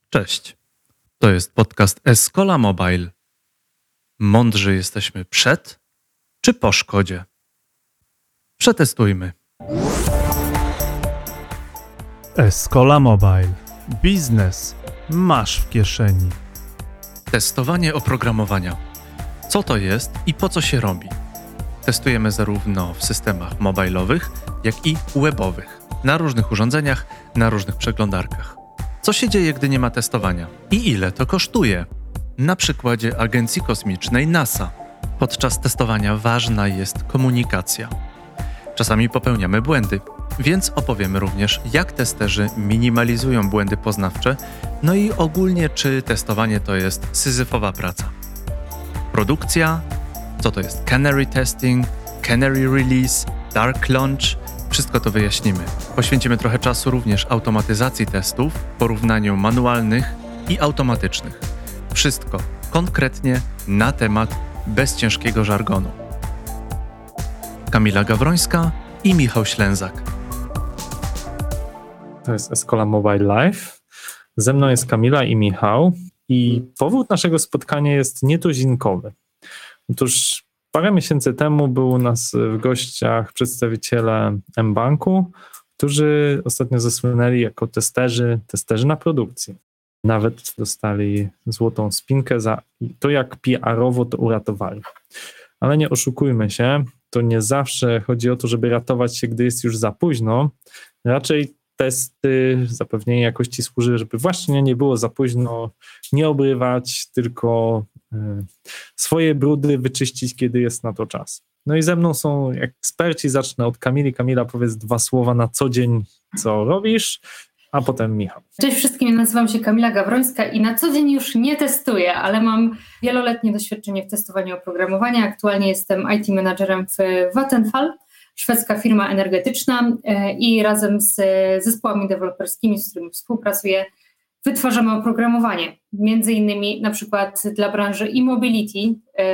Cześć, to jest podcast Escola Mobile. Mądrzy jesteśmy przed czy po szkodzie? Przetestujmy. Escola Mobile. Biznes masz w kieszeni. Testowanie oprogramowania. Co to jest i po co się robi? Testujemy zarówno w systemach mobilowych, jak i webowych, na różnych urządzeniach, na różnych przeglądarkach. Co się dzieje, gdy nie ma testowania? I ile to kosztuje? Na przykładzie Agencji Kosmicznej NASA. Podczas testowania ważna jest komunikacja. Czasami popełniamy błędy, więc opowiemy również, jak testerzy minimalizują błędy poznawcze, no i ogólnie, czy testowanie to jest syzyfowa praca. Produkcja, co to jest canary testing, canary release, dark launch, wszystko to wyjaśnimy. Poświęcimy trochę czasu również automatyzacji testów, porównaniu manualnych i automatycznych. Wszystko konkretnie na temat, bez ciężkiego żargonu. Kamila Gawrońska i Michał Ślęzak. To jest Escola Mobile Live. Ze mną jest Kamila i Michał. I powód naszego spotkania jest nietuzinkowy. Otóż parę miesięcy temu był u nas w gościach przedstawiciele mBanku, którzy ostatnio zasłynęli jako testerzy na produkcji. Nawet dostali złotą spinkę za to, jak PR-owo to uratowali. Ale nie oszukujmy się, to nie zawsze chodzi o to, żeby ratować się, gdy jest już za późno. Raczej testy, zapewnienie jakości służy, żeby właśnie nie było za późno, nie obrywać, tylko swoje brudy wyczyścić, kiedy jest na to czas. No i ze mną są eksperci, zacznę od Kamili. Kamila, powiedz dwa słowa na co dzień, co robisz, a potem Michał. Cześć wszystkim, nazywam się Kamila Gawrońska i na co dzień już nie testuję, ale mam wieloletnie doświadczenie w testowaniu oprogramowania. Aktualnie jestem IT menadżerem w Vattenfall, szwedzka firma energetyczna, i razem z zespołami deweloperskimi, z którymi współpracuję, wytwarzamy oprogramowanie. Między innymi na przykład dla branży e-mobility,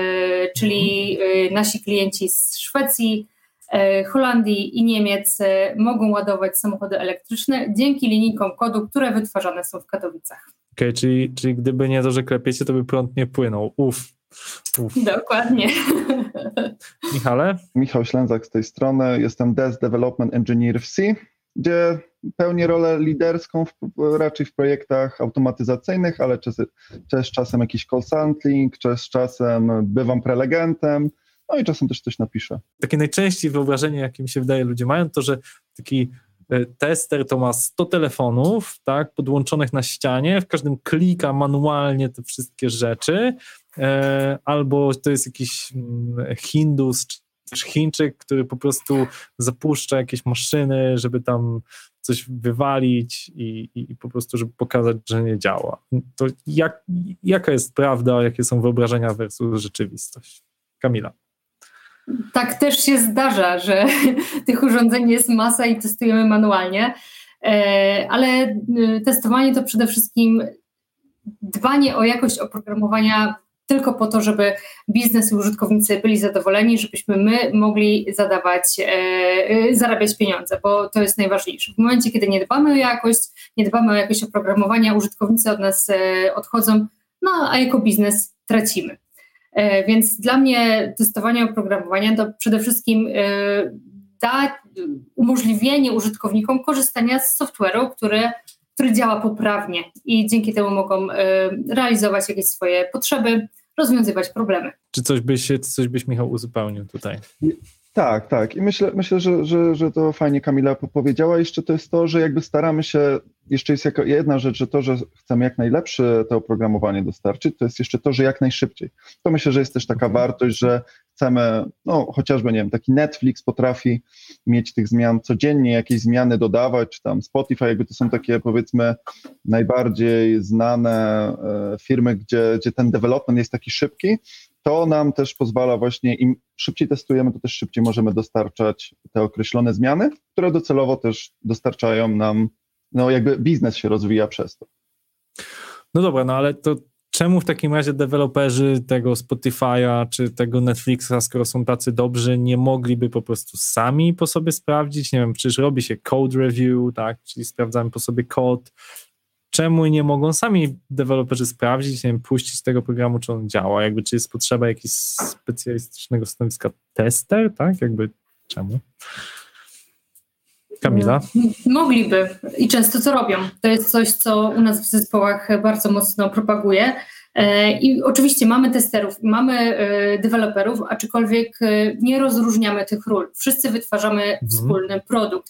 czyli nasi klienci z Szwecji, Holandii i Niemiec mogą ładować samochody elektryczne dzięki linijkom kodu, które wytwarzane są w Katowicach. Okej, czyli gdyby nie to, że klepiecie, to by prąd nie płynął. Uf. Dokładnie. Michale? Michał Ślęzak z tej strony. Jestem Desk Development Engineer w C, gdzie pełnię rolę liderską raczej w projektach automatyzacyjnych, ale też czasem jakiś consulting, czasem bywam prelegentem, no i czasem też coś napiszę. Takie najczęściej wyobrażenie, jakie mi się wydaje ludzie mają, to że taki tester to ma 100 telefonów, tak, podłączonych na ścianie, w każdym klika manualnie te wszystkie rzeczy, albo to jest jakiś Hindus czy też Chińczyk, który po prostu zapuszcza jakieś maszyny, żeby tam coś wywalić i po prostu, żeby pokazać, że nie działa. To jaka jest prawda, jakie są wyobrażenia versus rzeczywistość? Kamila. Tak też się zdarza, że tych urządzeń jest masa i testujemy manualnie, ale testowanie to przede wszystkim dbanie o jakość oprogramowania tylko po to, żeby biznes i użytkownicy byli zadowoleni, żebyśmy my mogli zarabiać pieniądze, bo to jest najważniejsze. W momencie, kiedy nie dbamy o jakość oprogramowania, użytkownicy od nas odchodzą, no a jako biznes tracimy. Więc dla mnie testowanie oprogramowania to przede wszystkim da umożliwienie użytkownikom korzystania z software'u, który działa poprawnie i dzięki temu mogą realizować jakieś swoje potrzeby, rozwiązywać problemy. Czy coś byś Michał uzupełnił tutaj? Tak. I myślę, że to fajnie Kamila powiedziała. Jeszcze to jest to, że jakby staramy się, jeszcze jest jedna rzecz, że to, że chcemy jak najlepsze to oprogramowanie dostarczyć, to jest jeszcze to, że jak najszybciej. To myślę, że jest też taka wartość, że chcemy, chociażby, nie wiem, taki Netflix potrafi mieć tych zmian codziennie, jakieś zmiany dodawać, czy tam Spotify, jakby to są takie, powiedzmy, najbardziej znane firmy, gdzie ten development jest taki szybki. To nam też pozwala właśnie, im szybciej testujemy, to też szybciej możemy dostarczać te określone zmiany, które docelowo też dostarczają nam, jakby biznes się rozwija przez to. No dobra, ale to czemu w takim razie deweloperzy tego Spotify'a czy tego Netflixa, skoro są tacy dobrzy, nie mogliby po prostu sami po sobie sprawdzić? Nie wiem, przecież robi się code review, tak, czyli sprawdzamy po sobie kod. czemu nie mogą sami deweloperzy sprawdzić, nie wiem, puścić tego programu, czy on działa, jakby czy jest potrzeba jakiegoś specjalistycznego stanowiska tester, tak? Jakby czemu? Kamila? Mogliby i często to robią. To jest coś, co u nas w zespołach bardzo mocno propaguje. I oczywiście mamy testerów, mamy deweloperów, aczkolwiek nie rozróżniamy tych ról. Wszyscy wytwarzamy wspólny produkt.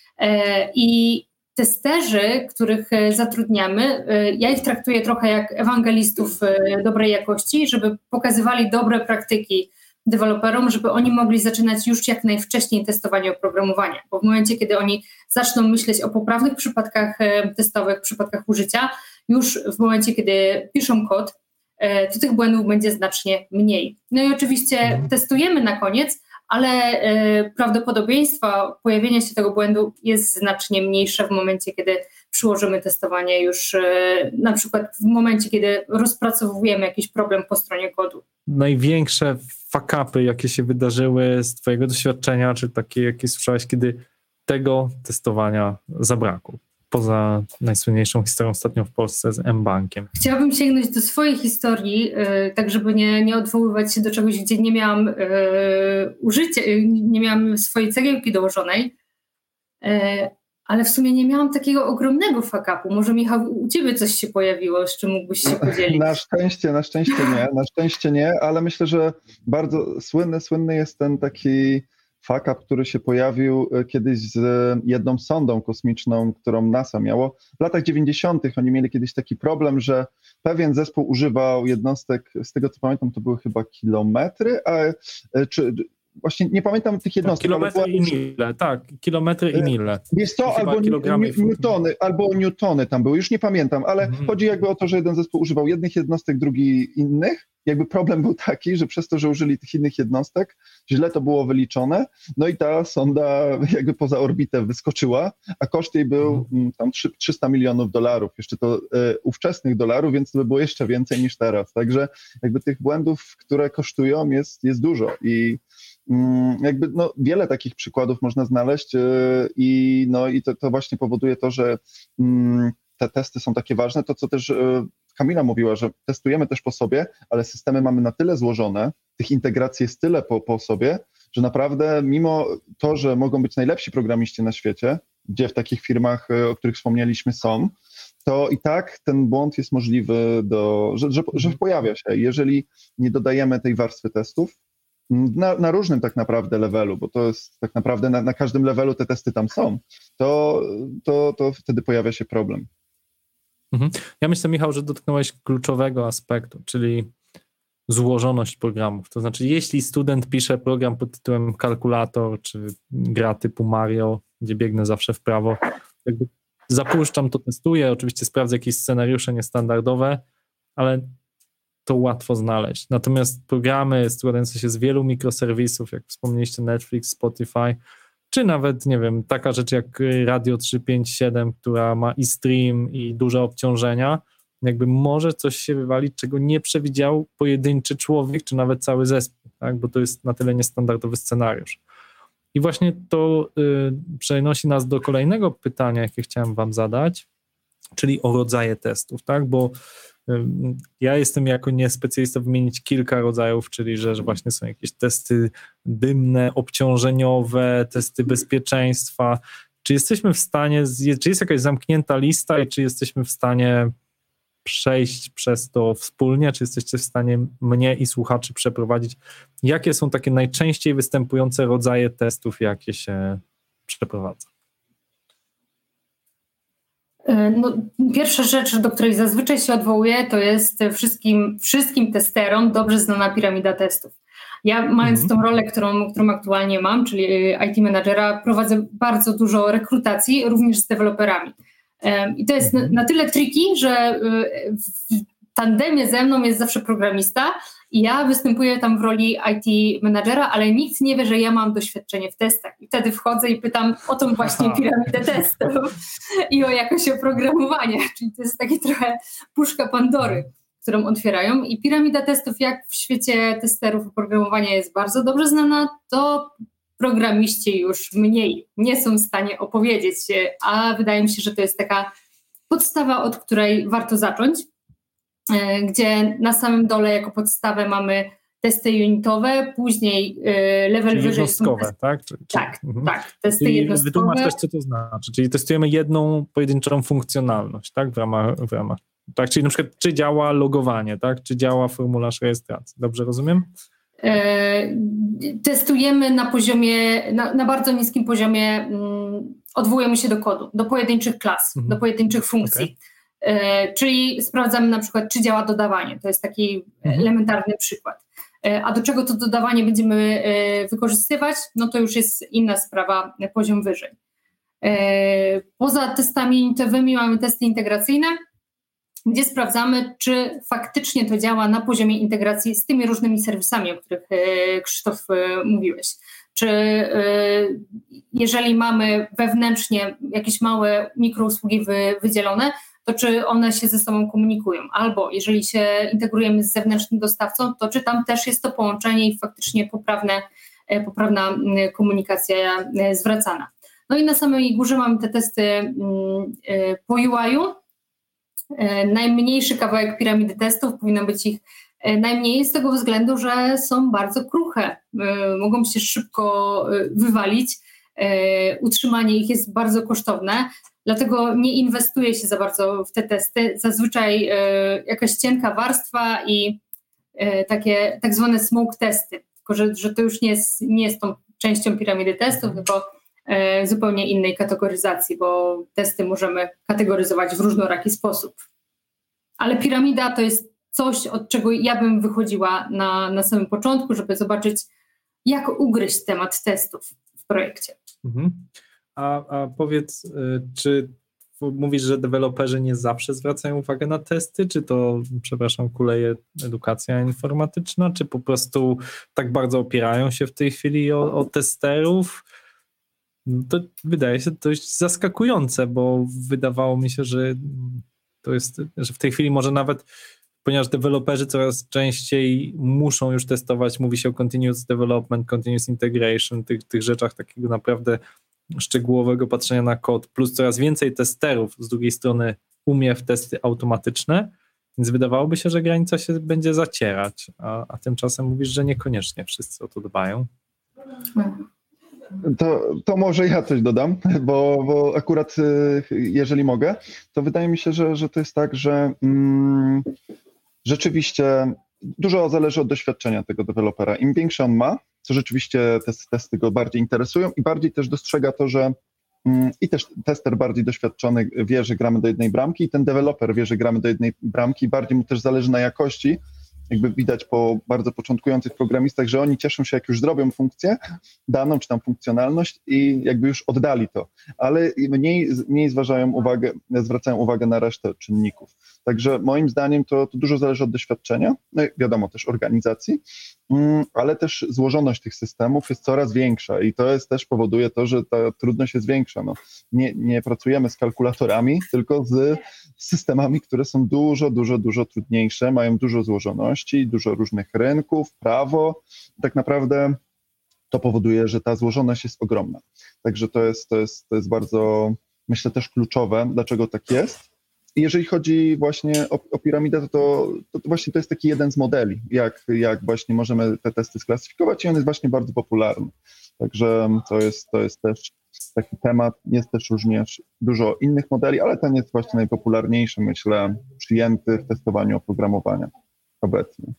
I testerzy, których zatrudniamy, ja ich traktuję trochę jak ewangelistów dobrej jakości, żeby pokazywali dobre praktyki deweloperom, żeby oni mogli zaczynać już jak najwcześniej testowanie oprogramowania, bo w momencie, kiedy oni zaczną myśleć o poprawnych przypadkach testowych, przypadkach użycia, już w momencie, kiedy piszą kod, to tych błędów będzie znacznie mniej. No i oczywiście testujemy na koniec, ale prawdopodobieństwo pojawienia się tego błędu jest znacznie mniejsze w momencie, kiedy przyłożymy testowanie już na przykład w momencie, kiedy rozpracowujemy jakiś problem po stronie kodu. Największe fuck-upy, jakie się wydarzyły z twojego doświadczenia, czy takie, jakie słyszałeś, kiedy tego testowania zabrakło? Poza najsłynniejszą historią ostatnio w Polsce z mBankiem. Chciałabym sięgnąć do swojej historii, tak żeby nie odwoływać się do czegoś, gdzie nie miałam użycia, nie miałam swojej cegiełki dołożonej, ale w sumie nie miałam takiego ogromnego fuck-upu. Może Michał, u ciebie coś się pojawiło, z czym mógłbyś się podzielić? Na szczęście nie, ale myślę, że bardzo słynny jest ten taki fuck-up, który się pojawił kiedyś z jedną sondą kosmiczną, którą NASA miało. W latach 90. oni mieli kiedyś taki problem, że pewien zespół używał jednostek, z tego co pamiętam, to były chyba kilometry, właśnie nie pamiętam tych jednostek. Kilometry i mile, tak, kilometry i mile. Jest to albo newtony tam były, już nie pamiętam, ale chodzi jakby o to, że jeden zespół używał jednych jednostek, drugi innych. Jakby problem był taki, że przez to, że użyli tych innych jednostek, źle to było wyliczone, no i ta sonda jakby poza orbitę wyskoczyła, a koszt jej był tam $300 milionów, jeszcze to ówczesnych dolarów, więc to by było jeszcze więcej niż teraz. Także jakby tych błędów, które kosztują, jest dużo i jakby wiele takich przykładów można znaleźć i to właśnie powoduje to, że te testy są takie ważne, to co też Kamila mówiła, że testujemy też po sobie, ale systemy mamy na tyle złożone, tych integracji jest tyle po sobie, że naprawdę mimo to, że mogą być najlepsi programiści na świecie, gdzie w takich firmach, o których wspomnieliśmy są, to i tak ten błąd jest możliwy, że pojawia się. Jeżeli nie dodajemy tej warstwy testów, na różnym tak naprawdę levelu, bo to jest tak naprawdę na każdym levelu te testy tam są, to wtedy pojawia się problem. Ja myślę, Michał, że dotknąłeś kluczowego aspektu, czyli złożoność programów. To znaczy, jeśli student pisze program pod tytułem kalkulator, czy gra typu Mario, gdzie biegnę zawsze w prawo, jakby zapuszczam to, testuję, oczywiście sprawdzę jakieś scenariusze niestandardowe, ale to łatwo znaleźć. Natomiast programy składające się z wielu mikroserwisów, jak wspomnieliście, Netflix, Spotify, czy nawet, nie wiem, taka rzecz jak Radio 357, która ma i stream, i duże obciążenia, jakby może coś się wywalić, czego nie przewidział pojedynczy człowiek, czy nawet cały zespół, tak? Bo to jest na tyle niestandardowy scenariusz. I właśnie to przenosi nas do kolejnego pytania, jakie chciałem wam zadać, czyli o rodzaje testów, tak? Bo ja jestem jako niespecjalista wymienić kilka rodzajów, czyli że właśnie są jakieś testy dymne, obciążeniowe, testy bezpieczeństwa. Czy jesteśmy w stanie, czy jest jakaś zamknięta lista i czy jesteśmy w stanie przejść przez to wspólnie, czy jesteście w stanie mnie i słuchaczy przeprowadzić, jakie są takie najczęściej występujące rodzaje testów, jakie się przeprowadza? No, pierwsza rzecz, do której zazwyczaj się odwołuję, to jest wszystkim testerom dobrze znana piramida testów. Ja mając tą rolę, którą aktualnie mam, czyli IT menadżera, prowadzę bardzo dużo rekrutacji, również z deweloperami. I to jest na tyle tricky, że w tandemie ze mną jest zawsze programista i ja występuję tam w roli IT menadżera, ale nikt nie wie, że ja mam doświadczenie w testach. I wtedy wchodzę i pytam o tą właśnie piramidę testów i o jakość oprogramowania. Czyli to jest taki trochę puszka Pandory, którą otwierają. I piramida testów, jak w świecie testerów oprogramowania jest bardzo dobrze znana, to programiści już mniej nie są w stanie opowiedzieć, a wydaje mi się, że to jest taka podstawa, od której warto zacząć, gdzie na samym dole jako podstawę mamy testy unitowe, później level Czyli wyżej jednostkowe, są tak? tak, testy Czyli jednostkowe. wytłumacz też, co to znaczy. Czyli testujemy jedną pojedynczą funkcjonalność, tak? W ramach tak? Czyli na przykład, czy działa logowanie, tak? Czy działa formularz rejestracji. Dobrze rozumiem? Testujemy na poziomie, na bardzo niskim poziomie, odwołujemy się do kodu, do pojedynczych klas, do pojedynczych funkcji. Czyli sprawdzamy na przykład, czy działa dodawanie. To jest taki elementarny przykład. A do czego to dodawanie będziemy wykorzystywać, no to już jest inna sprawa, poziom wyżej. Poza testami unitowymi mamy testy integracyjne, gdzie sprawdzamy, czy faktycznie to działa na poziomie integracji z tymi różnymi serwisami, o których Krzysztof mówiłeś. Czy jeżeli mamy wewnętrznie jakieś małe mikrousługi wydzielone, to czy one się ze sobą komunikują, albo jeżeli się integrujemy z zewnętrznym dostawcą, to czy tam też jest to połączenie i faktycznie poprawna komunikacja zwracana. No i na samej górze mamy te testy po UI-u. Najmniejszy kawałek piramidy testów, powinno być ich najmniej z tego względu, że są bardzo kruche, mogą się szybko wywalić, utrzymanie ich jest bardzo kosztowne, dlatego nie inwestuje się za bardzo w te testy. Zazwyczaj jakaś cienka warstwa i takie tak zwane smoke testy, tylko że to już nie jest tą częścią piramidy testów, tylko zupełnie innej kategoryzacji, bo testy możemy kategoryzować w różnoraki sposób. Ale piramida to jest coś, od czego ja bym wychodziła na samym początku, żeby zobaczyć, jak ugryźć temat testów w projekcie. A powiedz, czy mówisz, że deweloperzy nie zawsze zwracają uwagę na testy, czy to, kuleje edukacja informatyczna, czy po prostu tak bardzo opierają się w tej chwili o testerów? To wydaje się dość zaskakujące, bo wydawało mi się, że że w tej chwili może nawet, ponieważ deweloperzy coraz częściej muszą już testować, mówi się o continuous development, continuous integration, tych rzeczach takiego naprawdę szczegółowego patrzenia na kod, plus coraz więcej testerów z drugiej strony umie w testy automatyczne, więc wydawałoby się, że granica się będzie zacierać, a tymczasem mówisz, że niekoniecznie wszyscy o to dbają. To może ja coś dodam, bo akurat jeżeli mogę, to wydaje mi się, że to jest tak, że rzeczywiście dużo zależy od doświadczenia tego dewelopera. Im większe on ma, to rzeczywiście testy go bardziej interesują i bardziej też dostrzega to, że i też tester bardziej doświadczony wie, że gramy do jednej bramki i ten deweloper wie, że gramy do jednej bramki i bardziej mu też zależy na jakości. Jakby widać po bardzo początkujących programistach, że oni cieszą się, jak już zrobią funkcję daną, czy tam funkcjonalność i jakby już oddali to, ale mniej zwracają uwagę na resztę czynników. Także moim zdaniem to dużo zależy od doświadczenia, no i wiadomo też organizacji, ale też złożoność tych systemów jest coraz większa i to też powoduje to, że ta trudność jest większa. No, nie pracujemy z kalkulatorami, tylko z systemami, które są dużo trudniejsze, mają dużo złożoności, dużo różnych rynków, prawo. Tak naprawdę to powoduje, że ta złożoność jest ogromna. Także to jest bardzo, myślę, też kluczowe, dlaczego tak jest. I jeżeli chodzi właśnie o piramidę, to właśnie to jest taki jeden z modeli, jak właśnie możemy te testy sklasyfikować i on jest właśnie bardzo popularny. Także to jest też taki temat, jest też również dużo innych modeli, ale ten jest właśnie najpopularniejszy, myślę, przyjęty w testowaniu oprogramowania obecnie.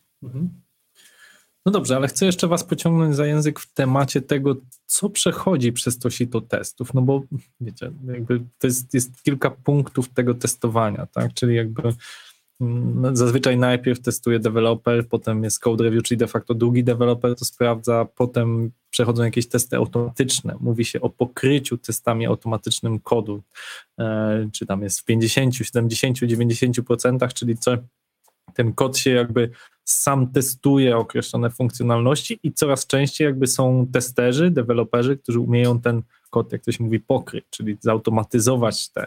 No dobrze, ale chcę jeszcze was pociągnąć za język w temacie tego, co przechodzi przez to sito testów, no bo wiecie, jakby to jest kilka punktów tego testowania, tak, czyli jakby zazwyczaj najpierw testuje deweloper, potem jest code review, czyli de facto drugi deweloper to sprawdza, potem przechodzą jakieś testy automatyczne. Mówi się o pokryciu testami automatycznym kodu, czy tam jest w 50, 70, 90%, czyli ten kod się jakby sam testuje określone funkcjonalności i coraz częściej jakby są testerzy, deweloperzy, którzy umieją ten kod, jak to się mówi, pokryć, czyli zautomatyzować te.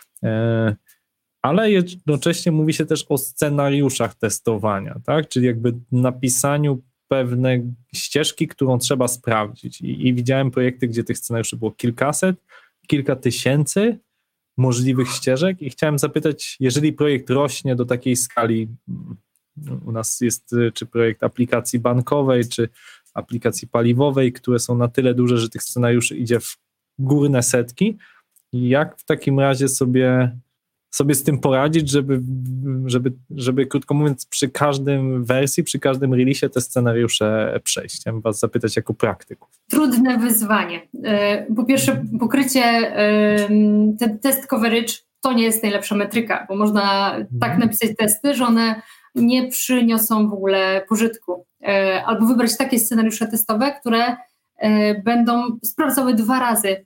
Ale jednocześnie mówi się też o scenariuszach testowania, tak? Czyli jakby napisaniu pewnej ścieżki, którą trzeba sprawdzić. I widziałem projekty, gdzie tych scenariuszy było kilkaset, kilka tysięcy, możliwych ścieżek i chciałem zapytać, jeżeli projekt rośnie do takiej skali, u nas jest czy projekt aplikacji bankowej, czy aplikacji paliwowej, które są na tyle duże, że tych scenariuszy idzie w górne setki, jak w takim razie sobie z tym poradzić, żeby krótko mówiąc, przy każdym wersji, przy każdym releasie te scenariusze przejść? Chciałem was zapytać jako praktyków. Trudne wyzwanie. Po pierwsze, pokrycie, ten test coverage to nie jest najlepsza metryka, bo można tak napisać testy, że one nie przyniosą w ogóle pożytku. Albo wybrać takie scenariusze testowe, które będą sprawdzały 2 razy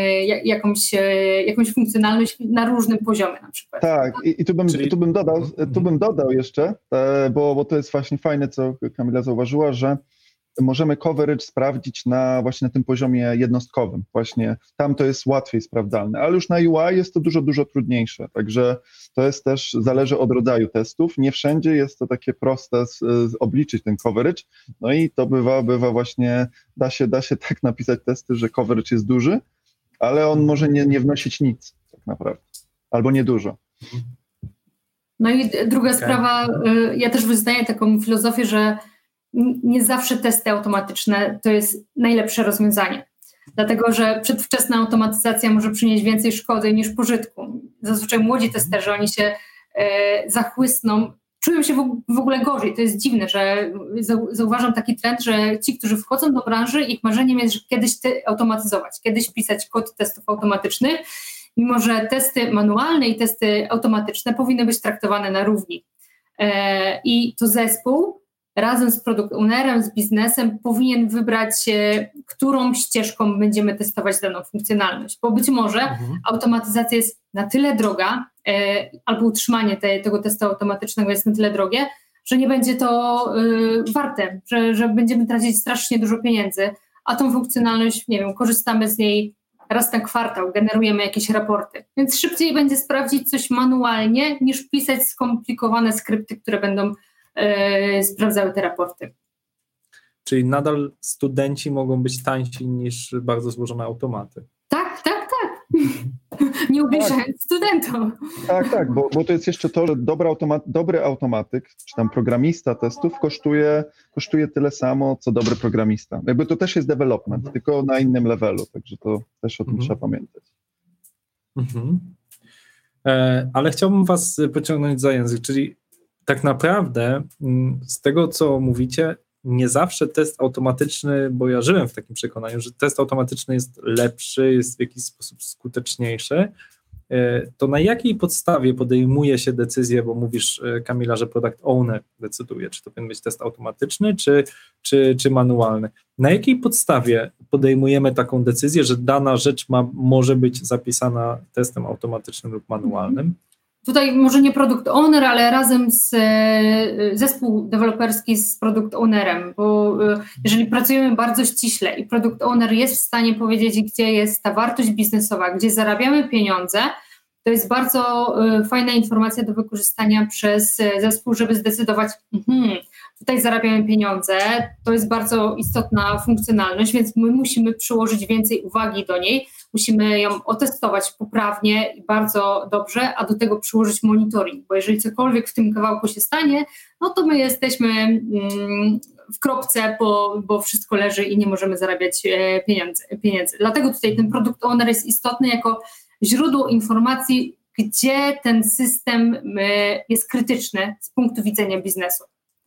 jakąś funkcjonalność na różnym poziomie na przykład. Tak, i tu bym dodał jeszcze, bo to jest właśnie fajne, co Kamila zauważyła, że możemy coverage sprawdzić właśnie na tym poziomie jednostkowym. Właśnie tam to jest łatwiej sprawdzalne, ale już na UI jest to dużo, dużo trudniejsze. Także to jest też, zależy od rodzaju testów. Nie wszędzie jest to takie proste obliczyć ten coverage. No i to bywa właśnie, da się tak napisać testy, że coverage jest duży, ale on może nie wnosić nic tak naprawdę. Albo niedużo. No i druga sprawa, ja też wyznaję taką filozofię, że nie zawsze testy automatyczne to jest najlepsze rozwiązanie. Dlatego, że przedwczesna automatyzacja może przynieść więcej szkody niż pożytku. Zazwyczaj młodzi testerzy, oni się zachłysną, czują się w ogóle gorzej. To jest dziwne, że zauważam taki trend, że ci, którzy wchodzą do branży, ich marzeniem jest, że kiedyś automatyzować, kiedyś pisać kod testów automatycznych, mimo że testy manualne i testy automatyczne powinny być traktowane na równi. I to zespół razem z product ownerem, z biznesem powinien wybrać, którą ścieżką będziemy testować daną funkcjonalność, bo być może automatyzacja jest na tyle droga, albo utrzymanie tego testu automatycznego jest na tyle drogie, że nie będzie to warte, że będziemy tracić strasznie dużo pieniędzy, a tą funkcjonalność, nie wiem, korzystamy z niej raz na kwartał, generujemy jakieś raporty. Więc szybciej będzie sprawdzić coś manualnie, niż pisać skomplikowane skrypty, które będą sprawdzały te raporty. Czyli nadal studenci mogą być tańsi niż bardzo złożone automaty. Tak. Nie ubliżając studentom. Tak, bo to jest jeszcze to, że dobry automatyk, czy tam programista testów kosztuje tyle samo, co dobry programista. Jakby to też jest development, tylko na innym levelu, także to też o tym trzeba pamiętać. Ale chciałbym was pociągnąć za język, czyli tak naprawdę z tego, co mówicie, nie zawsze test automatyczny, bo ja żyłem w takim przekonaniu, że test automatyczny jest lepszy, jest w jakiś sposób skuteczniejszy, to na jakiej podstawie podejmuje się decyzję, bo mówisz, Kamila, że product owner decyduje, czy to powinien być test automatyczny, czy manualny. Na jakiej podstawie podejmujemy taką decyzję, że dana rzecz może być zapisana testem automatycznym lub manualnym? Tutaj może nie product owner, ale razem z zespół deweloperski z product ownerem, bo jeżeli pracujemy bardzo ściśle i product owner jest w stanie powiedzieć, gdzie jest ta wartość biznesowa, gdzie zarabiamy pieniądze, to jest bardzo fajna informacja do wykorzystania przez zespół, żeby zdecydować, tutaj zarabiamy pieniądze, to jest bardzo istotna funkcjonalność, więc my musimy przyłożyć więcej uwagi do niej, musimy ją otestować poprawnie i bardzo dobrze, a do tego przyłożyć monitoring, bo jeżeli cokolwiek w tym kawałku się stanie, no to my jesteśmy w kropce, bo wszystko leży i nie możemy zarabiać pieniędzy. Dlatego tutaj ten product owner jest istotny jako źródło informacji, gdzie ten system jest krytyczny z punktu widzenia biznesu.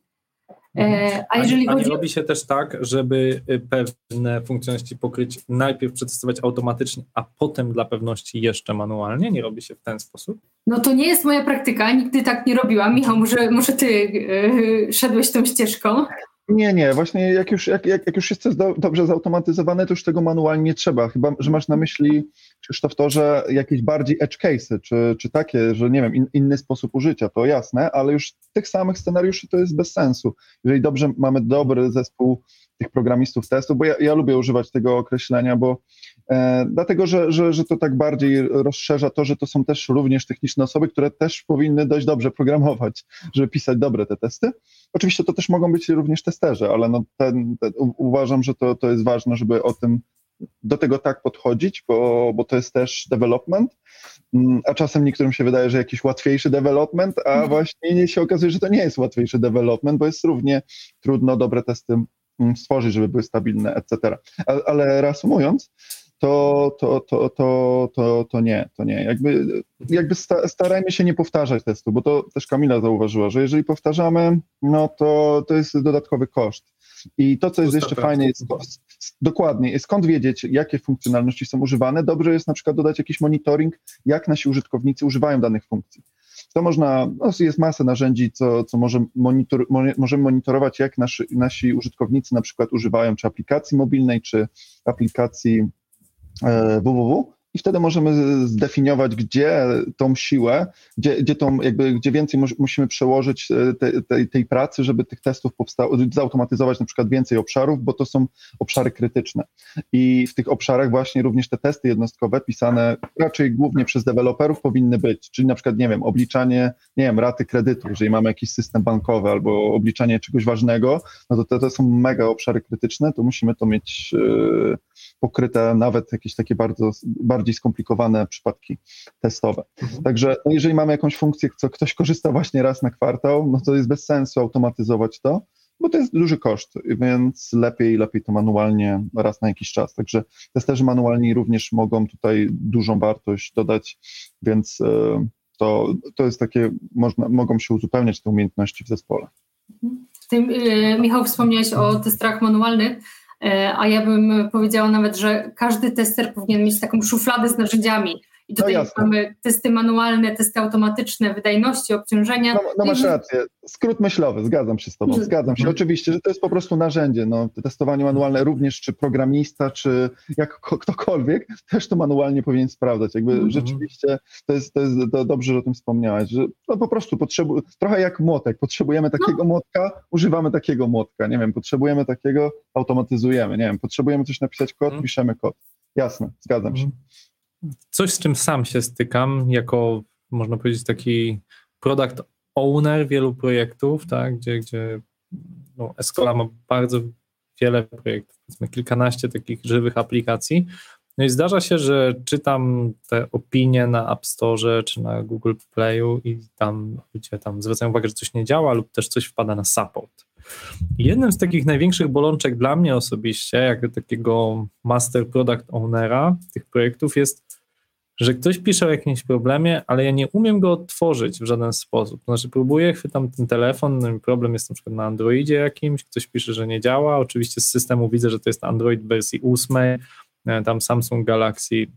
A jeżeli nie robi się też tak, żeby pewne funkcjonalności pokryć, najpierw przetestować automatycznie, a potem dla pewności jeszcze manualnie? Nie robi się w ten sposób? No to nie jest moja praktyka, nigdy tak nie robiłam. Michał, może ty szedłeś tą ścieżką? Nie, właśnie jak już jest coś dobrze zautomatyzowane, to już tego manualnie nie trzeba. Chyba, że masz na myśli, Krzysztof, to, że jakieś bardziej edge case'y, czy takie, że nie wiem, inny sposób użycia, to jasne, ale już tych samych scenariuszy to jest bez sensu. Jeżeli dobrze mamy dobry zespół tych programistów testów, bo ja lubię używać tego określenia, bo dlatego, że to tak bardziej rozszerza to, że to są też również techniczne osoby, które też powinny dość dobrze programować, żeby pisać dobre te testy. Oczywiście to też mogą być również testerzy, ale no uważam, że to jest ważne, żeby do tego tak podchodzić, bo to jest też development. a czasem niektórym się wydaje, że jakiś łatwiejszy development, a właśnie się okazuje, że to nie jest łatwiejszy development, bo jest równie trudno dobre testy stworzyć, żeby były stabilne, etc. Ale reasumując, to nie. Jakby starajmy się nie powtarzać testu, bo to też Kamila zauważyła, że jeżeli powtarzamy, no to jest dodatkowy koszt. I to, co jest jeszcze fajne, jest dokładnie, skąd wiedzieć, jakie funkcjonalności są używane. Dobrze jest na przykład dodać jakiś monitoring, jak nasi użytkownicy używają danych funkcji. To można, jest masę narzędzi, co możemy monitorować, jak nasi użytkownicy na przykład używają czy aplikacji mobilnej, czy aplikacji www. I wtedy możemy zdefiniować, gdzie tą siłę, gdzie więcej musimy przełożyć tej pracy, żeby tych testów zautomatyzować na przykład więcej obszarów, bo to są obszary krytyczne. I w tych obszarach właśnie również te testy jednostkowe pisane raczej głównie przez deweloperów powinny być, czyli na przykład, obliczanie, raty kredytu, jeżeli mamy jakiś system bankowy albo obliczanie czegoś ważnego, no to są mega obszary krytyczne, to musimy to mieć pokryte nawet jakieś takie bardziej skomplikowane przypadki testowe. Także jeżeli mamy jakąś funkcję, co ktoś korzysta właśnie raz na kwartał, no to jest bez sensu automatyzować to, bo to jest duży koszt, więc lepiej to manualnie raz na jakiś czas. Także testerzy manualni również mogą tutaj dużą wartość dodać, więc to jest takie, mogą się uzupełniać te umiejętności w zespole. Ty, Michał, wspomniałeś o testerach manualnych, a ja bym powiedziała nawet, że każdy tester powinien mieć taką szufladę z narzędziami. I tutaj mamy testy manualne, testy automatyczne, wydajności, obciążenia. No masz rację. Skrót myślowy, zgadzam się z tobą. Zgadzam się. Oczywiście, że to jest po prostu narzędzie. No, testowanie manualne również, czy programista, czy ktokolwiek, też to manualnie powinien sprawdzać. Rzeczywiście to jest dobrze, że o tym wspomniałeś, że po prostu trochę jak młotek. Potrzebujemy takiego młotka, używamy takiego młotka. Potrzebujemy takiego, automatyzujemy. Potrzebujemy coś napisać kod, piszemy kod. Jasne, zgadzam się. Coś, z czym sam się stykam, jako, można powiedzieć, taki product owner wielu projektów, tak, gdzie Escola ma bardzo wiele projektów, powiedzmy kilkanaście takich żywych aplikacji. No i zdarza się, że czytam te opinie na App Store czy na Google Playu i tam ludzie zwracają uwagę, że coś nie działa lub też coś wpada na support. Jednym z takich największych bolączek dla mnie osobiście, jako takiego master product ownera tych projektów jest, że ktoś pisze o jakimś problemie, ale ja nie umiem go odtworzyć w żaden sposób. To znaczy próbuję, chwytam ten telefon, no problem jest na przykład na Androidzie jakimś, ktoś pisze, że nie działa, oczywiście z systemu widzę, że to jest Android wersji 8, tam Samsung Galaxy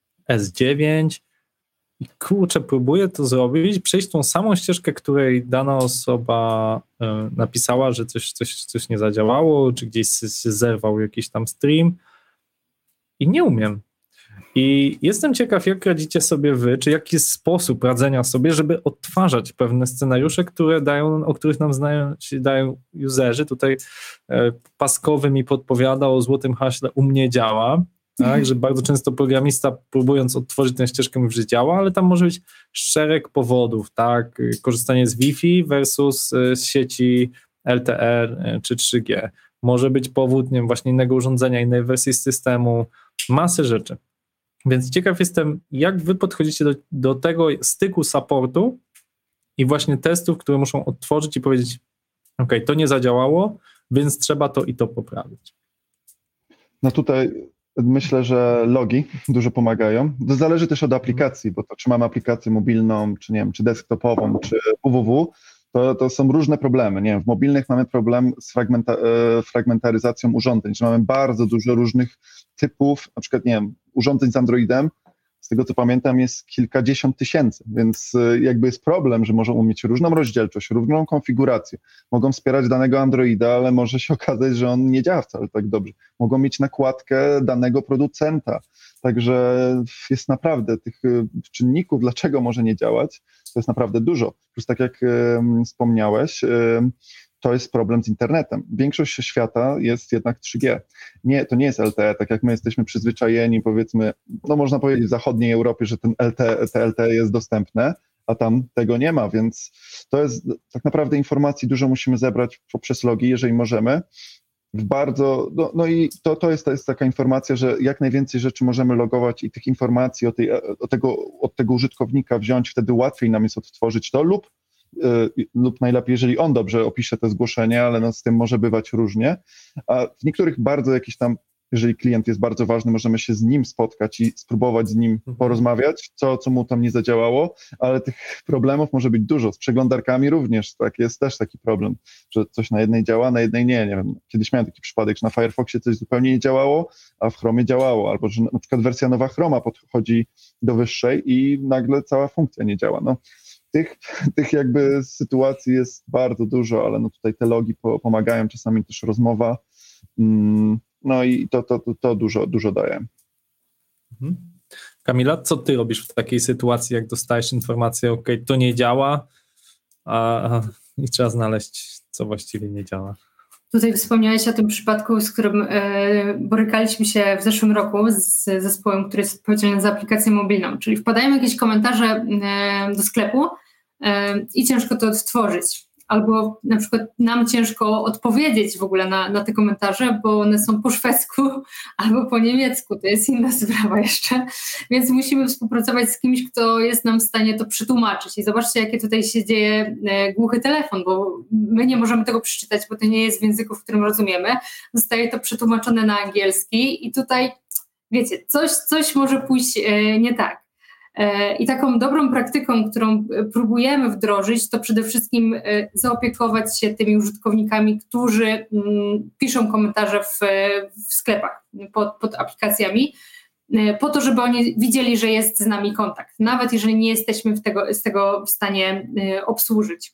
S9 i kurczę, próbuję to zrobić, przejść tą samą ścieżkę, której dana osoba napisała, że coś nie zadziałało, czy gdzieś się zerwał jakiś tam stream i nie umiem. I jestem ciekaw, jak radzicie sobie wy, czy jaki jest sposób radzenia sobie, żeby odtwarzać pewne scenariusze, o których nam dają userzy. Tutaj Paskowy mi podpowiada o złotym haśle u mnie działa, tak, że bardzo często programista próbując odtworzyć tę ścieżkę mówi, że działa, ale tam może być szereg powodów, tak, korzystanie z Wi-Fi versus z sieci LTE czy 3G. Może być powód, właśnie innego urządzenia, innej wersji systemu, masy rzeczy. Więc ciekaw jestem, jak wy podchodzicie do tego styku supportu i właśnie testów, które muszą odtworzyć i powiedzieć, ok, to nie zadziałało, więc trzeba to i to poprawić. No tutaj myślę, że logi dużo pomagają. To zależy też od aplikacji, bo to czy mamy aplikację mobilną, czy czy desktopową, czy www, to są różne problemy. W mobilnych mamy problem z fragmentaryzacją urządzeń, że mamy bardzo dużo różnych typów, na przykład, urządzeń z Androidem, z tego co pamiętam jest kilkadziesiąt tysięcy, więc jest problem, że mogą mieć różną rozdzielczość, różną konfigurację, mogą wspierać danego Androida, ale może się okazać, że on nie działa wcale tak dobrze. Mogą mieć nakładkę danego producenta, także jest naprawdę tych czynników, dlaczego może nie działać, to jest naprawdę dużo. Plus tak jak wspomniałeś, to jest problem z internetem. Większość świata jest jednak 3G. To nie jest LTE, tak jak my jesteśmy przyzwyczajeni, powiedzmy, można powiedzieć w zachodniej Europie, że te LTE jest dostępne, a tam tego nie ma, więc to jest tak naprawdę informacji dużo musimy zebrać poprzez logi, jeżeli możemy. no i to jest taka informacja, że jak najwięcej rzeczy możemy logować i tych informacji od tego użytkownika wziąć, wtedy łatwiej nam jest odtworzyć to lub najlepiej, jeżeli on dobrze opisze to zgłoszenie, ale no z tym może bywać różnie. A w niektórych bardzo jakiś tam, jeżeli klient jest bardzo ważny, możemy się z nim spotkać i spróbować z nim porozmawiać, co mu tam nie zadziałało, ale tych problemów może być dużo. Z przeglądarkami również jest też taki problem, że coś na jednej działa, na jednej nie. Nie wiem, kiedyś miałem taki przypadek, że na Firefoxie coś zupełnie nie działało, a w Chromie działało, albo że na przykład wersja nowa Chroma podchodzi do wyższej i nagle cała funkcja nie działa. No, tych jakby sytuacji jest bardzo dużo, ale no tutaj te logi pomagają, czasami też rozmowa. No i to dużo daje. Kamila, co ty robisz w takiej sytuacji, jak dostajesz informację, ok, to nie działa, i trzeba znaleźć, co właściwie nie działa? Tutaj wspomniałeś o tym przypadku, z którym borykaliśmy się w zeszłym roku z zespołem, który jest odpowiedzialny za aplikację mobilną, czyli wpadają jakieś komentarze do sklepu i ciężko to odtworzyć. Albo na przykład nam ciężko odpowiedzieć w ogóle na te komentarze, bo one są po szwedzku albo po niemiecku, to jest inna sprawa jeszcze, więc musimy współpracować z kimś, kto jest nam w stanie to przetłumaczyć. I zobaczcie, jakie tutaj się dzieje głuchy telefon, bo my nie możemy tego przeczytać, bo to nie jest w języku, w którym rozumiemy. Zostaje to przetłumaczone na angielski i tutaj, wiecie, coś może pójść nie tak. I taką dobrą praktyką, którą próbujemy wdrożyć, to przede wszystkim zaopiekować się tymi użytkownikami, którzy piszą komentarze w sklepach pod aplikacjami, po to, żeby oni widzieli, że jest z nami kontakt, nawet jeżeli nie jesteśmy z tego w stanie obsłużyć.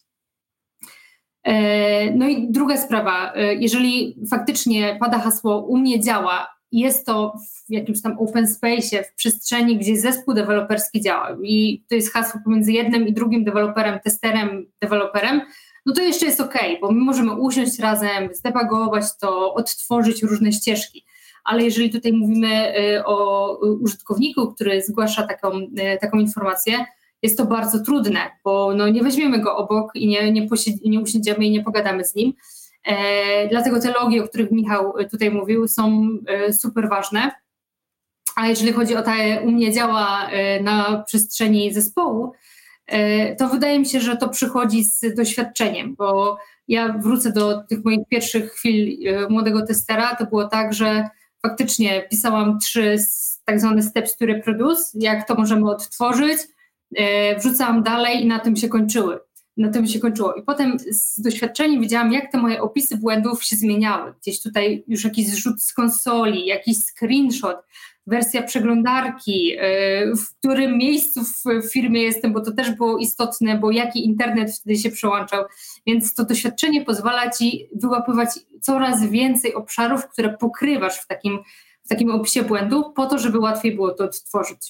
No i druga sprawa, jeżeli faktycznie pada hasło u mnie działa, jest to w jakimś tam open space'ie, w przestrzeni, gdzie zespół deweloperski działa i to jest hasło pomiędzy jednym i drugim deweloperem, testerem, deweloperem, no to jeszcze jest okej, bo my możemy usiąść razem, zdebugować to, odtworzyć różne ścieżki, ale jeżeli tutaj mówimy o użytkowniku, który zgłasza taką informację, jest to bardzo trudne, bo no nie weźmiemy go obok i nie usiądziemy i nie pogadamy z nim. Dlatego te logi, o których Michał tutaj mówił, są super ważne. A jeżeli chodzi o te u mnie działa na przestrzeni zespołu, to wydaje mi się, że to przychodzi z doświadczeniem, bo ja wrócę do tych moich pierwszych chwil młodego testera. To było tak, że faktycznie pisałam 3 tak zwane steps to reproduce, jak to możemy odtworzyć, wrzucałam dalej i na tym się kończyło. I potem z doświadczenia widziałam, jak te moje opisy błędów się zmieniały. Gdzieś tutaj już jakiś zrzut z konsoli, jakiś screenshot, wersja przeglądarki, w którym miejscu w firmie jestem, bo to też było istotne, bo jaki internet wtedy się przełączał. Więc to doświadczenie pozwala ci wyłapywać coraz więcej obszarów, które pokrywasz w takim opisie błędu, po to, żeby łatwiej było to odtworzyć.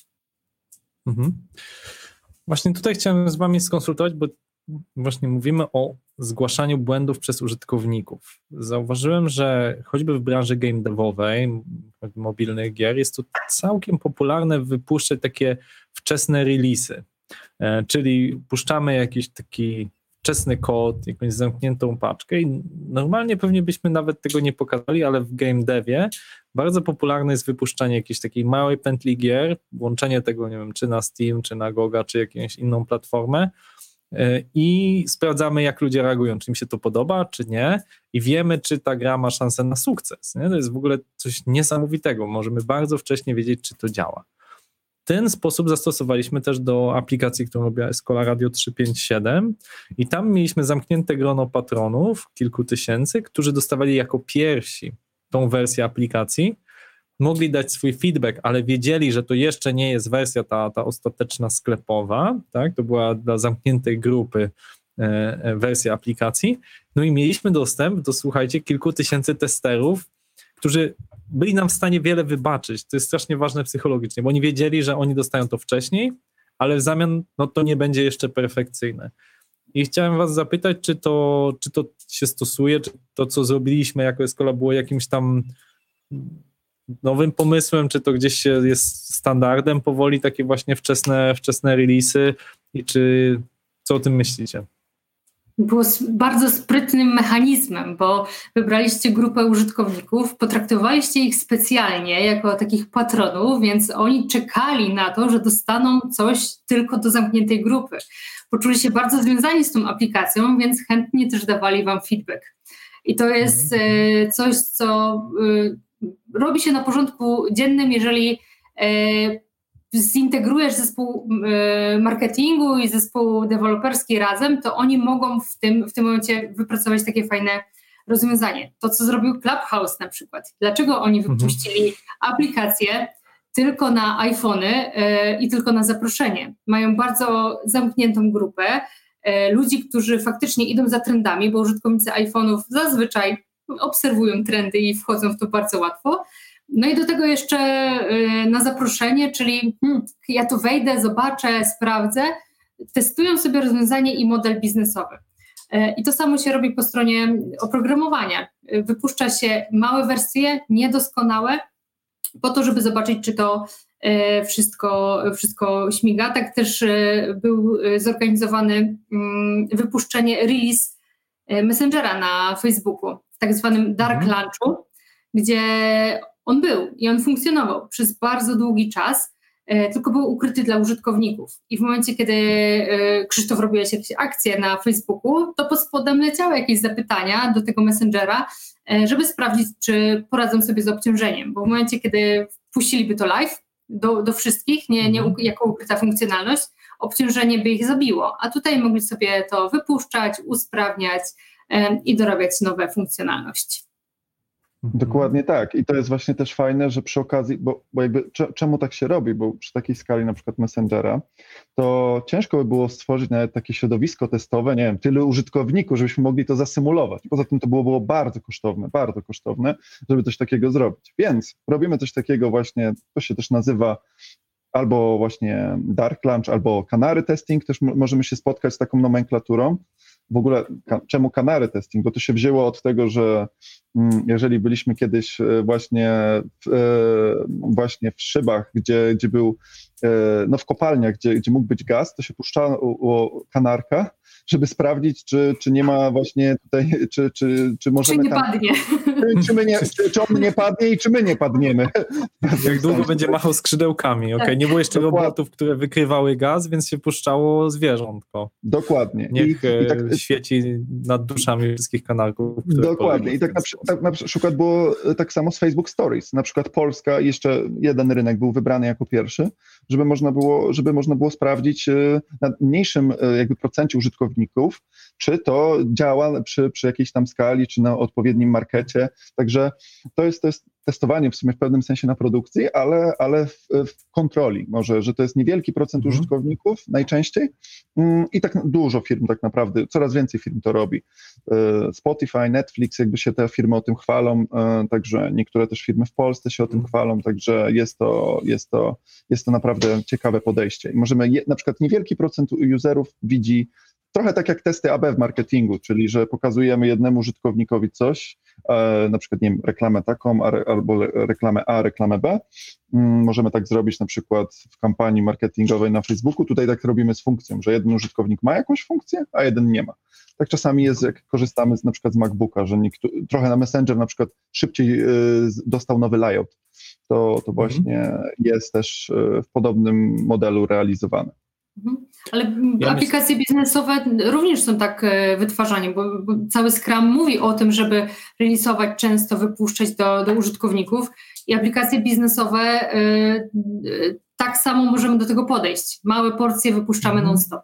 Właśnie tutaj chciałem z wami skonsultować, bo właśnie mówimy o zgłaszaniu błędów przez użytkowników. Zauważyłem, że choćby w branży game devowej, mobilnych gier, jest to całkiem popularne wypuszczać takie wczesne release'y, czyli puszczamy jakiś taki wczesny kod, jakąś zamkniętą paczkę i normalnie pewnie byśmy nawet tego nie pokazali, ale w game devie bardzo popularne jest wypuszczanie jakiejś takiej małej pętli gier, włączenie tego, nie wiem, czy na Steam, czy na Goga, czy jakąś inną platformę, i sprawdzamy, jak ludzie reagują, czy im się to podoba, czy nie, i wiemy, czy ta gra ma szansę na sukces. Nie? To jest w ogóle coś niesamowitego. Możemy bardzo wcześnie wiedzieć, czy to działa. Ten sposób zastosowaliśmy też do aplikacji, którą robiła Escola Radio 357 i tam mieliśmy zamknięte grono patronów, kilku tysięcy, którzy dostawali jako pierwsi tą wersję aplikacji, mogli dać swój feedback, ale wiedzieli, że to jeszcze nie jest wersja ta ostateczna sklepowa, tak? To była dla zamkniętej grupy wersja aplikacji. No i mieliśmy dostęp do, słuchajcie, kilku tysięcy testerów, którzy byli nam w stanie wiele wybaczyć. To jest strasznie ważne psychologicznie, bo oni wiedzieli, że oni dostają to wcześniej, ale w zamian no to nie będzie jeszcze perfekcyjne. I chciałem was zapytać, czy to się stosuje, czy to, co zrobiliśmy jako Escola, było jakimś tam nowym pomysłem, czy to gdzieś jest standardem powoli, takie właśnie wczesne release'y i co o tym myślicie? było bardzo sprytnym mechanizmem, bo wybraliście grupę użytkowników, potraktowaliście ich specjalnie jako takich patronów, więc oni czekali na to, że dostaną coś tylko do zamkniętej grupy. Poczuli się bardzo związani z tą aplikacją, więc chętnie też dawali wam feedback. I to jest coś, co robi się na porządku dziennym, jeżeli zintegrujesz zespół marketingu i zespół deweloperski razem, to oni mogą w tym momencie wypracować takie fajne rozwiązanie. To, co zrobił Clubhouse na przykład. Dlaczego oni wypuścili aplikację tylko na iPhony i tylko na zaproszenie? Mają bardzo zamkniętą grupę ludzi, którzy faktycznie idą za trendami, bo użytkownicy iPhone'ów zazwyczaj obserwują trendy i wchodzą w to bardzo łatwo. No i do tego jeszcze na zaproszenie, czyli ja tu wejdę, zobaczę, sprawdzę, testują sobie rozwiązanie i model biznesowy. I to samo się robi po stronie oprogramowania. Wypuszcza się małe wersje, niedoskonałe, po to, żeby zobaczyć, czy to wszystko śmiga. Tak też był zorganizowany wypuszczenie release Messengera na Facebooku w tak zwanym dark launchu, gdzie on był i on funkcjonował przez bardzo długi czas, tylko był ukryty dla użytkowników. I w momencie, kiedy Krzysztof robiłeś jakieś akcje na Facebooku, to pod spodem leciały jakieś zapytania do tego Messengera, żeby sprawdzić, czy poradzą sobie z obciążeniem. Bo w momencie, kiedy wpuściliby to live do wszystkich, nie jako ukryta funkcjonalność, obciążenie by ich zabiło. A tutaj mogli sobie to wypuszczać, usprawniać i dorabiać nowe funkcjonalności. Dokładnie tak. I to jest właśnie też fajne, że przy okazji, bo jakby czemu tak się robi, bo przy takiej skali na przykład Messengera, to ciężko by było stworzyć nawet takie środowisko testowe, nie wiem, tylu użytkowników, żebyśmy mogli to zasymulować. Poza tym to było bardzo kosztowne, żeby coś takiego zrobić. Więc robimy coś takiego właśnie, to się też nazywa albo właśnie dark launch, albo canary testing, też możemy się spotkać z taką nomenklaturą. W ogóle czemu canary testing? Bo to się wzięło od tego, że jeżeli byliśmy kiedyś właśnie w szybach, gdzie był, no w kopalniach, gdzie mógł być gaz, to się puszczało kanarka, żeby sprawdzić, czy nie ma właśnie tutaj, czy możemy czy nie padnie. Czy on nie padnie i czy my nie padniemy. Jak długo będzie machał skrzydełkami, okej? Nie było jeszcze robotów, które wykrywały gaz, więc się puszczało zwierzątko. Dokładnie. Niech tak świeci nad duszami wszystkich kanarków. Dokładnie. I tak na przykład było tak samo z Facebook Stories. Na przykład Polska, jeszcze jeden rynek był wybrany jako pierwszy, żeby można było sprawdzić na mniejszym jakby procencie użytkowników, czy to działa przy jakiejś tam skali, czy na odpowiednim markecie. Także to jest testowanie w sumie w pewnym sensie na produkcji, ale w kontroli może, że to jest niewielki procent użytkowników najczęściej i tak dużo firm tak naprawdę, coraz więcej firm to robi. Spotify, Netflix, jakby się te firmy o tym chwalą, także niektóre też firmy w Polsce się o tym chwalą, także jest to naprawdę ciekawe podejście. I możemy, na przykład niewielki procent userów widzi trochę tak jak testy AB w marketingu, czyli że pokazujemy jednemu użytkownikowi coś, na przykład nie wiem, reklamę taką, albo reklamę A, reklamę B. Możemy tak zrobić na przykład w kampanii marketingowej na Facebooku. Tutaj tak robimy z funkcją, że jeden użytkownik ma jakąś funkcję, a jeden nie ma. Tak czasami jest, jak korzystamy na przykład z MacBooka, że trochę na Messenger na przykład szybciej dostał nowy layout. To właśnie jest też w podobnym modelu realizowane. Ale aplikacje biznesowe również są tak wytwarzane, bo cały Scrum mówi o tym, żeby releasować często, wypuszczać do użytkowników i aplikacje biznesowe tak samo możemy do tego podejść. Małe porcje wypuszczamy non-stop.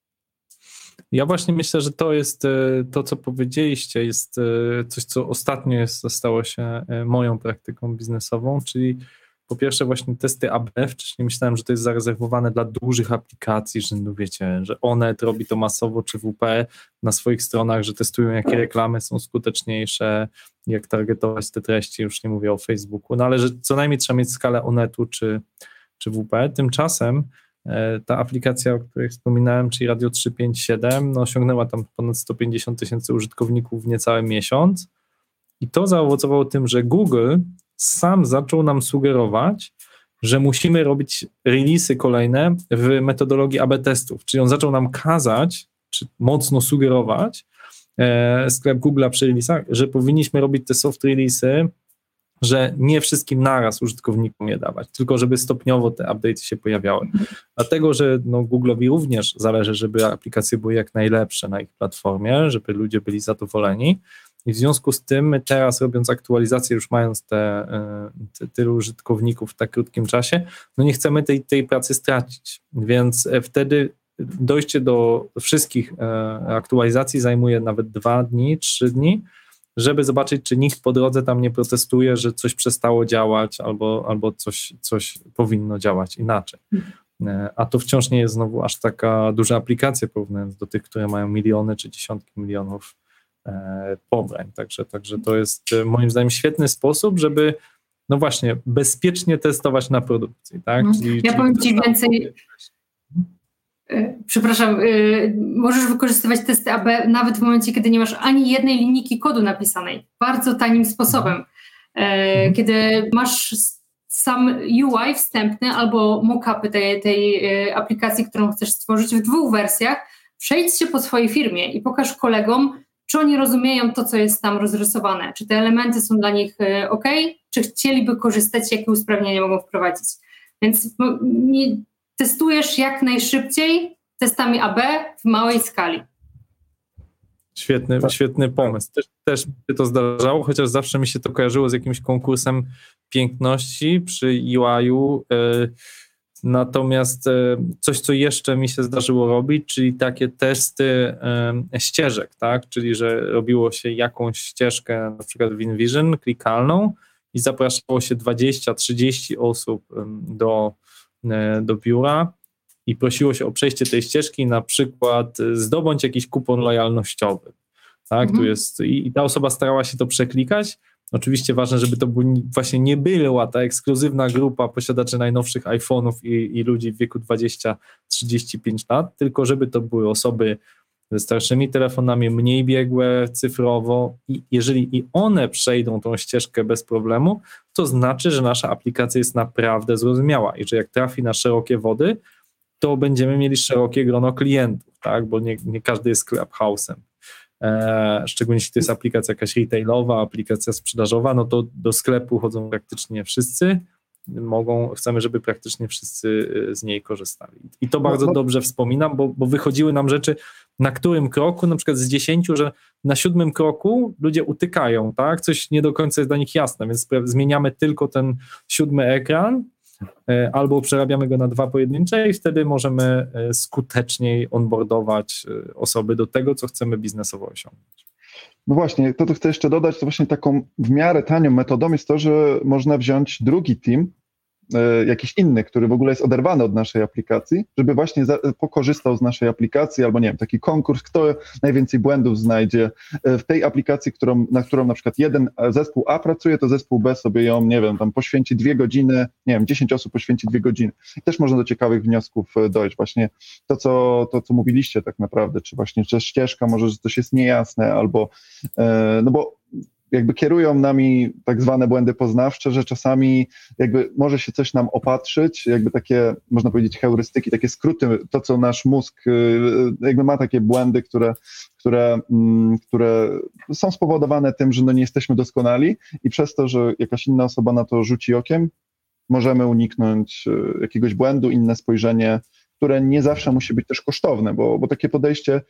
Ja właśnie myślę, że to jest to, co powiedzieliście, jest coś, co ostatnio stało się moją praktyką biznesową, czyli po pierwsze właśnie testy AB. Wcześniej myślałem, że to jest zarezerwowane dla dużych aplikacji, że no wiecie, że Onet robi to masowo, czy WP na swoich stronach, że testują, jakie reklamy są skuteczniejsze, jak targetować te treści, już nie mówię o Facebooku, no ale że co najmniej trzeba mieć skalę Onetu czy WP. Tymczasem ta aplikacja, o której wspominałem, czyli Radio 357, no osiągnęła tam ponad 150 000 użytkowników w niecały miesiąc i to zaowocowało tym, że Google sam zaczął nam sugerować, że musimy robić release'y kolejne w metodologii AB testów, czyli on zaczął nam kazać czy mocno sugerować sklep Google'a przy release'ach, że powinniśmy robić te soft release'y, że nie wszystkim naraz użytkownikom je dawać, tylko żeby stopniowo te update'y się pojawiały. Dlatego, że Google'owi również zależy, żeby aplikacje były jak najlepsze na ich platformie, żeby ludzie byli zadowoleni i w związku z tym my teraz, robiąc aktualizację, już mając tylu użytkowników w tak krótkim czasie, nie chcemy tej pracy stracić, więc wtedy dojście do wszystkich aktualizacji zajmuje nawet 2 dni, 3 dni, żeby zobaczyć, czy nikt po drodze tam nie protestuje, że coś przestało działać albo coś powinno działać inaczej. A to wciąż nie jest znowu aż taka duża aplikacja, porównując do tych, które mają miliony czy dziesiątki milionów pobrań. Także to jest moim zdaniem świetny sposób, żeby właśnie bezpiecznie testować na produkcji. Tak? Ja powiem Ci więcej. Przepraszam, możesz wykorzystywać testy AB nawet w momencie, kiedy nie masz ani jednej linijki kodu napisanej. Bardzo tanim sposobem. Kiedy masz sam UI wstępny albo mock-upy tej aplikacji, którą chcesz stworzyć w 2 wersjach, przejdź się po swojej firmie i pokaż kolegom, czy oni rozumieją to, co jest tam rozrysowane. Czy te elementy są dla nich OK, czy chcieliby korzystać, jakie usprawnienia mogą wprowadzić. Więc testujesz jak najszybciej testami AB w małej skali. Świetny pomysł. Też się to zdarzało, chociaż zawsze mi się to kojarzyło z jakimś konkursem piękności przy UI-u. Natomiast coś, co jeszcze mi się zdarzyło robić, czyli takie testy ścieżek, tak? Czyli że robiło się jakąś ścieżkę, na przykład w InVision, klikalną i zapraszało się 20-30 osób do biura i prosiło się o przejście tej ścieżki, na przykład zdobądź jakiś kupon lojalnościowy. Tak? Tu jest, i ta osoba starała się to przeklikać. Oczywiście ważne, żeby to właśnie nie była ta ekskluzywna grupa posiadaczy najnowszych iPhone'ów i ludzi w wieku 20-35 lat, tylko żeby to były osoby ze starszymi telefonami, mniej biegłe cyfrowo i jeżeli i one przejdą tą ścieżkę bez problemu, to znaczy, że nasza aplikacja jest naprawdę zrozumiała i że jak trafi na szerokie wody, to będziemy mieli szerokie grono klientów, tak? Bo nie każdy jest Clubhouse'em. Szczególnie jeśli to jest aplikacja jakaś retailowa, aplikacja sprzedażowa, to do sklepu chodzą praktycznie wszyscy, chcemy, żeby praktycznie wszyscy z niej korzystali. I to bardzo dobrze wspominam, bo wychodziły nam rzeczy, na którym kroku, na przykład z 10, że na 7 kroku ludzie utykają, tak? Coś nie do końca jest dla nich jasne, więc zmieniamy tylko ten 7 ekran, albo przerabiamy go na 2 pojedyncze i wtedy możemy skuteczniej onboardować osoby do tego, co chcemy biznesowo osiągnąć. No właśnie, to chcę jeszcze dodać, to właśnie taką w miarę tanią metodą jest to, że można wziąć drugi team, jakiś inny, który w ogóle jest oderwany od naszej aplikacji, żeby właśnie pokorzystał z naszej aplikacji, albo nie wiem, taki konkurs, kto najwięcej błędów znajdzie w tej aplikacji, na którą na przykład jeden zespół A pracuje, to zespół B sobie ją, nie wiem, tam poświęci 2 godziny, nie wiem, 10 osób poświęci 2 godziny. I też można do ciekawych wniosków dojść. Właśnie to, co mówiliście tak naprawdę, czy właśnie, że ścieżka, może, że coś jest niejasne, albo, no bo jakby kierują nami tak zwane błędy poznawcze, że czasami jakby może się coś nam opatrzyć, jakby takie, można powiedzieć, heurystyki, takie skróty, to co nasz mózg jakby ma takie błędy, które są spowodowane tym, że nie jesteśmy doskonali i przez to, że jakaś inna osoba na to rzuci okiem, możemy uniknąć jakiegoś błędu, inne spojrzenie, które nie zawsze musi być też kosztowne, bo takie podejście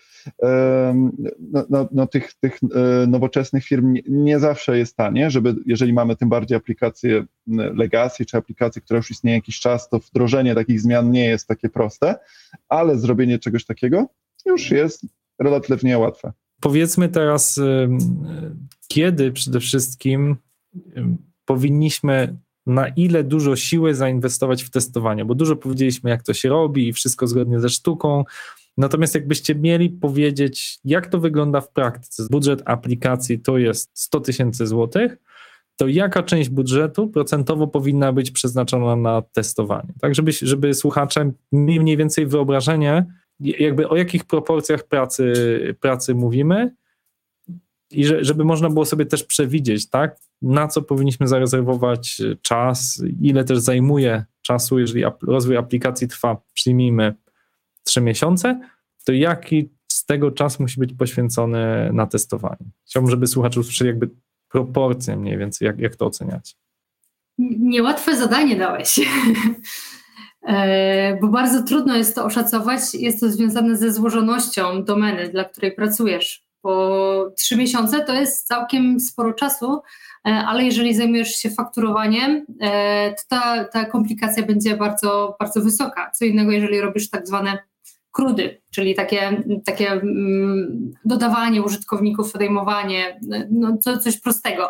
tych nowoczesnych firm nie zawsze jest tanie, jeżeli mamy tym bardziej aplikacje legacy, czy aplikacje, które już istnieją jakiś czas, to wdrożenie takich zmian nie jest takie proste, ale zrobienie czegoś takiego już jest relatywnie łatwe. Powiedzmy teraz, kiedy przede wszystkim powinniśmy na ile dużo siły zainwestować w testowanie, bo dużo powiedzieliśmy, jak to się robi i wszystko zgodnie ze sztuką, natomiast jakbyście mieli powiedzieć, jak to wygląda w praktyce, budżet aplikacji to jest 100 000 złotych, to jaka część budżetu procentowo powinna być przeznaczona na testowanie, tak, żeby słuchacze mieli mniej więcej wyobrażenie, jakby o jakich proporcjach pracy mówimy, i żeby można było sobie też przewidzieć, tak, na co powinniśmy zarezerwować czas, ile też zajmuje czasu, jeżeli rozwój aplikacji trwa, przyjmijmy 3 miesiące, to z tego czas musi być poświęcony na testowanie. Chciałbym, żeby słuchacze usłyszeli jakby proporcje mniej więcej, jak to oceniać. Niełatwe zadanie dałeś, bo bardzo trudno jest to oszacować. Jest to związane ze złożonością domeny, dla której pracujesz, bo 3 miesiące to jest całkiem sporo czasu, ale jeżeli zajmujesz się fakturowaniem, to ta komplikacja będzie bardzo, bardzo wysoka. Co innego, jeżeli robisz tak zwane krudy, czyli takie dodawanie użytkowników, odejmowanie, no coś prostego.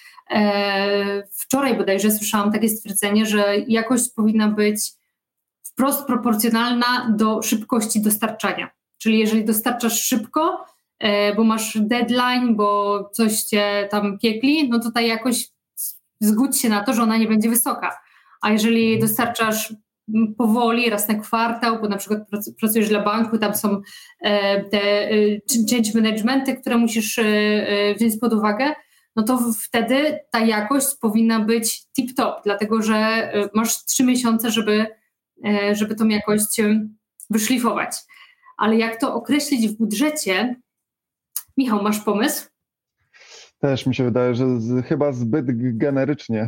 Wczoraj bodajże słyszałam takie stwierdzenie, że jakość powinna być wprost proporcjonalna do szybkości dostarczania. Czyli jeżeli dostarczasz szybko, bo masz deadline, bo coś cię tam piekli, no to ta jakość, zgódź się na to, że ona nie będzie wysoka. A jeżeli dostarczasz powoli, raz na kwartał, bo na przykład pracujesz dla banku, tam są te change managementy, które musisz wziąć pod uwagę, no to wtedy ta jakość powinna być tip-top, dlatego że masz 3 miesiące, żeby tą jakość wyszlifować. Ale jak to określić w budżecie? Michał, masz pomysł? Też mi się wydaje, że chyba zbyt generycznie.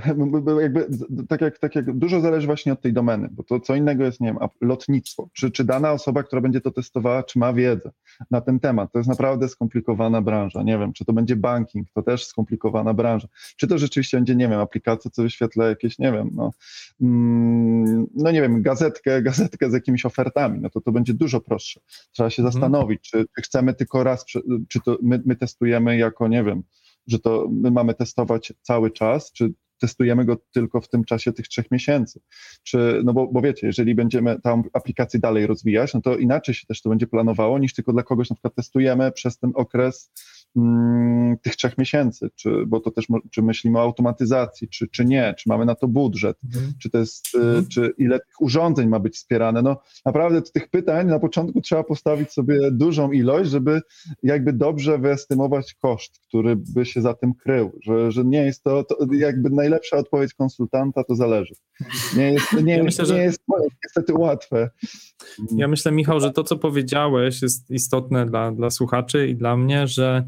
Tak jak dużo zależy właśnie od tej domeny, bo to co innego jest, nie wiem, lotnictwo. Czy dana osoba, która będzie to testowała, czy ma wiedzę na ten temat. To jest naprawdę skomplikowana branża. Nie wiem, czy to będzie banking, to też skomplikowana branża. Czy to rzeczywiście będzie, nie wiem, aplikacja, co wyświetla jakieś, nie wiem, no nie wiem, gazetkę z jakimiś ofertami, no to będzie dużo prostsze. Trzeba się zastanowić, czy chcemy tylko raz, czy to my testujemy jako, nie wiem, że to my mamy testować cały czas, czy testujemy go tylko w tym czasie tych 3 miesięcy. No bo wiecie, jeżeli będziemy tę aplikację dalej rozwijać, no to inaczej się też to będzie planowało, niż tylko dla kogoś na przykład testujemy przez ten okres tych 3 miesięcy, bo to też, czy myślimy o automatyzacji, czy nie, czy mamy na to budżet, czy to jest, czy ile tych urządzeń ma być wspierane. No naprawdę tych pytań na początku trzeba postawić sobie dużą ilość, żeby jakby dobrze wyestymować koszt, który by się za tym krył, że nie jest to jakby najlepsza odpowiedź konsultanta, to zależy. Nie jest niestety łatwe. Ja myślę, Michał, że to, co powiedziałeś, jest istotne dla słuchaczy i dla mnie, że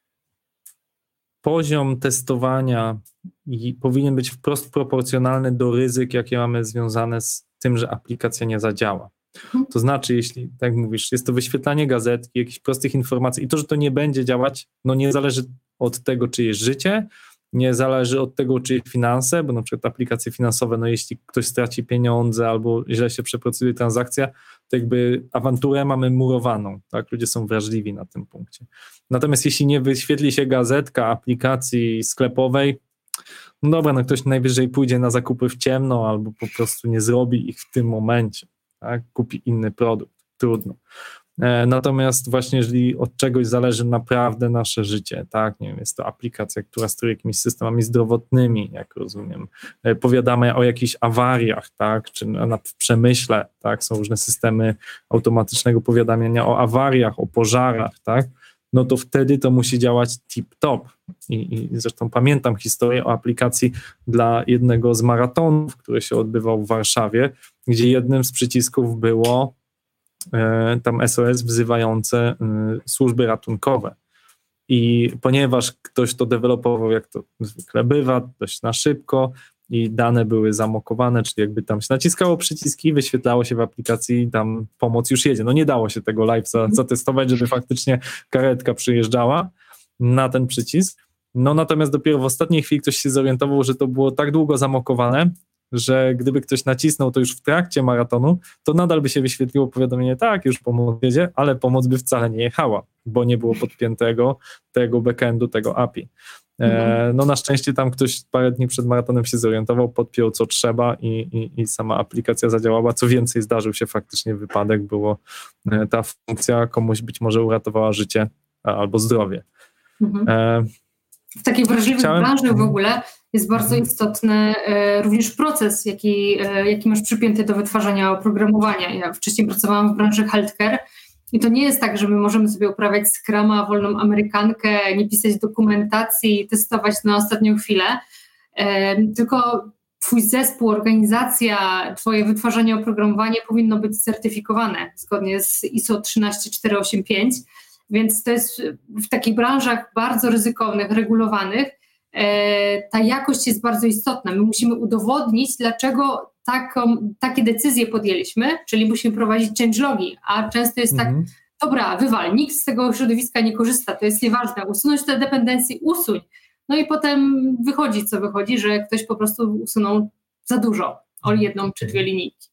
poziom testowania powinien być wprost proporcjonalny do ryzyk, jakie mamy związane z tym, że aplikacja nie zadziała. To znaczy, jeśli, tak jak mówisz, jest to wyświetlanie gazetki, jakichś prostych informacji i to, że to nie będzie działać, no nie zależy od tego, czyjeś życie, nie zależy od tego, czyje finanse, bo na przykład aplikacje finansowe, no jeśli ktoś straci pieniądze albo źle się przeproceduje transakcja, to jakby awanturę mamy murowaną, tak? Ludzie są wrażliwi na tym punkcie. Natomiast jeśli nie wyświetli się gazetka aplikacji sklepowej, no dobra, no ktoś najwyżej pójdzie na zakupy w ciemno albo po prostu nie zrobi ich w tym momencie, tak? Kupi inny produkt, trudno. Natomiast właśnie jeżeli od czegoś zależy naprawdę nasze życie, tak, nie wiem, jest to aplikacja, która steruje jakimiś systemami zdrowotnymi, jak rozumiem, powiadamy o jakichś awariach, tak, czy w przemyśle, tak, są różne systemy automatycznego powiadamiania o awariach, o pożarach, tak, no to wtedy to musi działać tip-top. I zresztą pamiętam historię o aplikacji dla jednego z maratonów, który się odbywał w Warszawie, gdzie jednym z przycisków było tam SOS wzywające służby ratunkowe. I ponieważ ktoś to dewelopował, jak to zwykle bywa, dość na szybko i dane były zamokowane, czyli jakby tam się naciskało przyciski, wyświetlało się w aplikacji, tam pomoc już jedzie. No nie dało się tego live zatestować, żeby faktycznie karetka przyjeżdżała na ten przycisk. No natomiast dopiero w ostatniej chwili ktoś się zorientował, że to było tak długo zamokowane, że gdyby ktoś nacisnął to już w trakcie maratonu, to nadal by się wyświetliło powiadomienie, tak, już pomoc jedzie, ale pomoc by wcale nie jechała, bo nie było podpiętego tego backendu, tego API. No na szczęście tam ktoś parę dni przed maratonem się zorientował, podpiął co trzeba i sama aplikacja zadziałała. Co więcej, zdarzył się faktycznie wypadek, ta funkcja komuś być może uratowała życie albo zdrowie. W takiej wrażliwej branży w ogóle jest bardzo istotny również proces, jaki masz przypięty do wytwarzania oprogramowania. Ja wcześniej pracowałam w branży healthcare i to nie jest tak, że my możemy sobie uprawiać Scruma, wolną amerykankę, nie pisać dokumentacji, testować na ostatnią chwilę, tylko twój zespół, organizacja, twoje wytwarzanie oprogramowania powinno być certyfikowane zgodnie z ISO 13485, więc to jest w takich branżach bardzo ryzykownych, regulowanych, ta jakość jest bardzo istotna. My musimy udowodnić, dlaczego takie decyzje podjęliśmy, czyli musimy prowadzić changelogi, a często jest tak, dobra, wywal, nikt z tego środowiska nie korzysta, to jest nieważne, usunąć te dependencje, usuń. No i potem wychodzi, co wychodzi, że ktoś po prostu usunął za dużo, o jedną czy dwie linijki.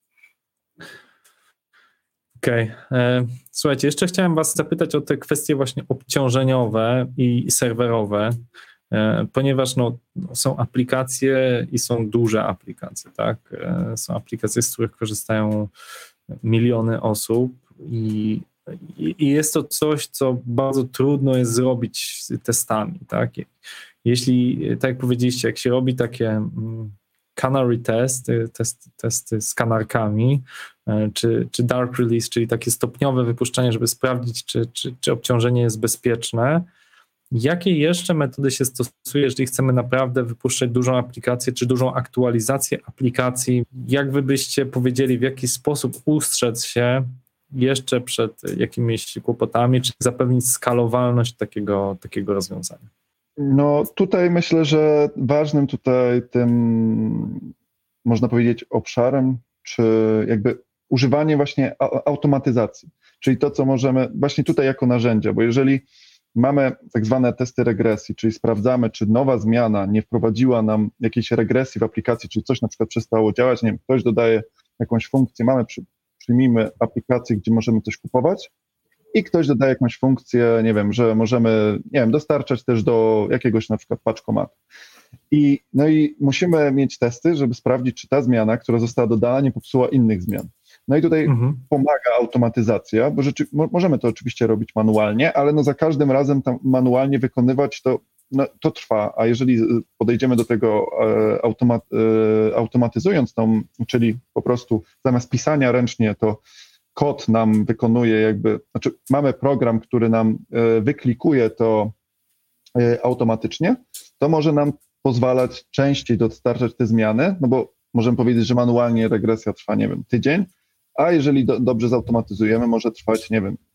Okej. Słuchajcie, jeszcze chciałem was zapytać o te kwestie właśnie obciążeniowe i serwerowe, ponieważ są aplikacje i są duże aplikacje, tak? Są aplikacje, z których korzystają miliony osób i jest to coś, co bardzo trudno jest zrobić testami, tak? Jeśli, tak jak powiedzieliście, jak się robi takie canary testy z kanarkami, czy dark release, czyli takie stopniowe wypuszczanie, żeby sprawdzić, czy obciążenie jest bezpieczne, jakie jeszcze metody się stosuje, jeżeli chcemy naprawdę wypuszczać dużą aplikację, czy dużą aktualizację aplikacji? Jak wy byście powiedzieli, w jaki sposób ustrzec się jeszcze przed jakimiś kłopotami, czy zapewnić skalowalność takiego rozwiązania? No tutaj myślę, że ważnym tutaj tym, można powiedzieć, obszarem, czy jakby używanie właśnie automatyzacji, czyli to, co możemy właśnie tutaj jako narzędzia, bo jeżeli mamy tak zwane testy regresji, czyli sprawdzamy, czy nowa zmiana nie wprowadziła nam jakiejś regresji w aplikacji, czyli coś na przykład przestało działać, nie wiem, ktoś dodaje jakąś funkcję, przyjmijmy aplikację, gdzie możemy coś kupować i ktoś dodaje jakąś funkcję, nie wiem, że możemy, nie wiem, dostarczać też do jakiegoś na przykład paczkomatu. No i musimy mieć testy, żeby sprawdzić, czy ta zmiana, która została dodana, nie popsuła innych zmian. No i tutaj pomaga automatyzacja, bo możemy to oczywiście robić manualnie, ale za każdym razem tam manualnie wykonywać to trwa, a jeżeli podejdziemy do tego automatyzując czyli po prostu zamiast pisania ręcznie, to kod nam wykonuje mamy program, który nam wyklikuje to automatycznie, to może nam pozwalać częściej dostarczać te zmiany, no bo możemy powiedzieć, że manualnie regresja trwa, nie wiem, tydzień, a jeżeli dobrze zautomatyzujemy, może trwać, nie wiem,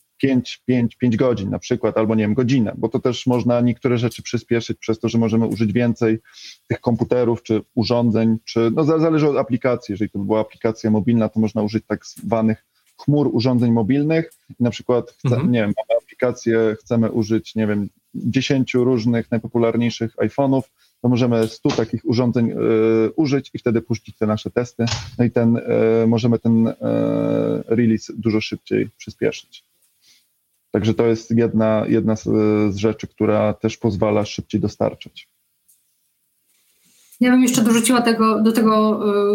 5 godzin na przykład, albo nie wiem, godzinę, bo to też można niektóre rzeczy przyspieszyć przez to, że możemy użyć więcej tych komputerów, czy urządzeń, zależy od aplikacji. Jeżeli to by była aplikacja mobilna, to można użyć tak zwanych chmur urządzeń mobilnych. Na przykład, nie wiem, mamy aplikację, chcemy użyć, nie wiem, 10 różnych najpopularniejszych iPhone'ów, to możemy 100 takich urządzeń użyć i wtedy puścić te nasze testy. No i możemy ten release dużo szybciej przyspieszyć. Także to jest jedna z rzeczy, która też pozwala szybciej dostarczać. Ja bym jeszcze dorzuciła do tego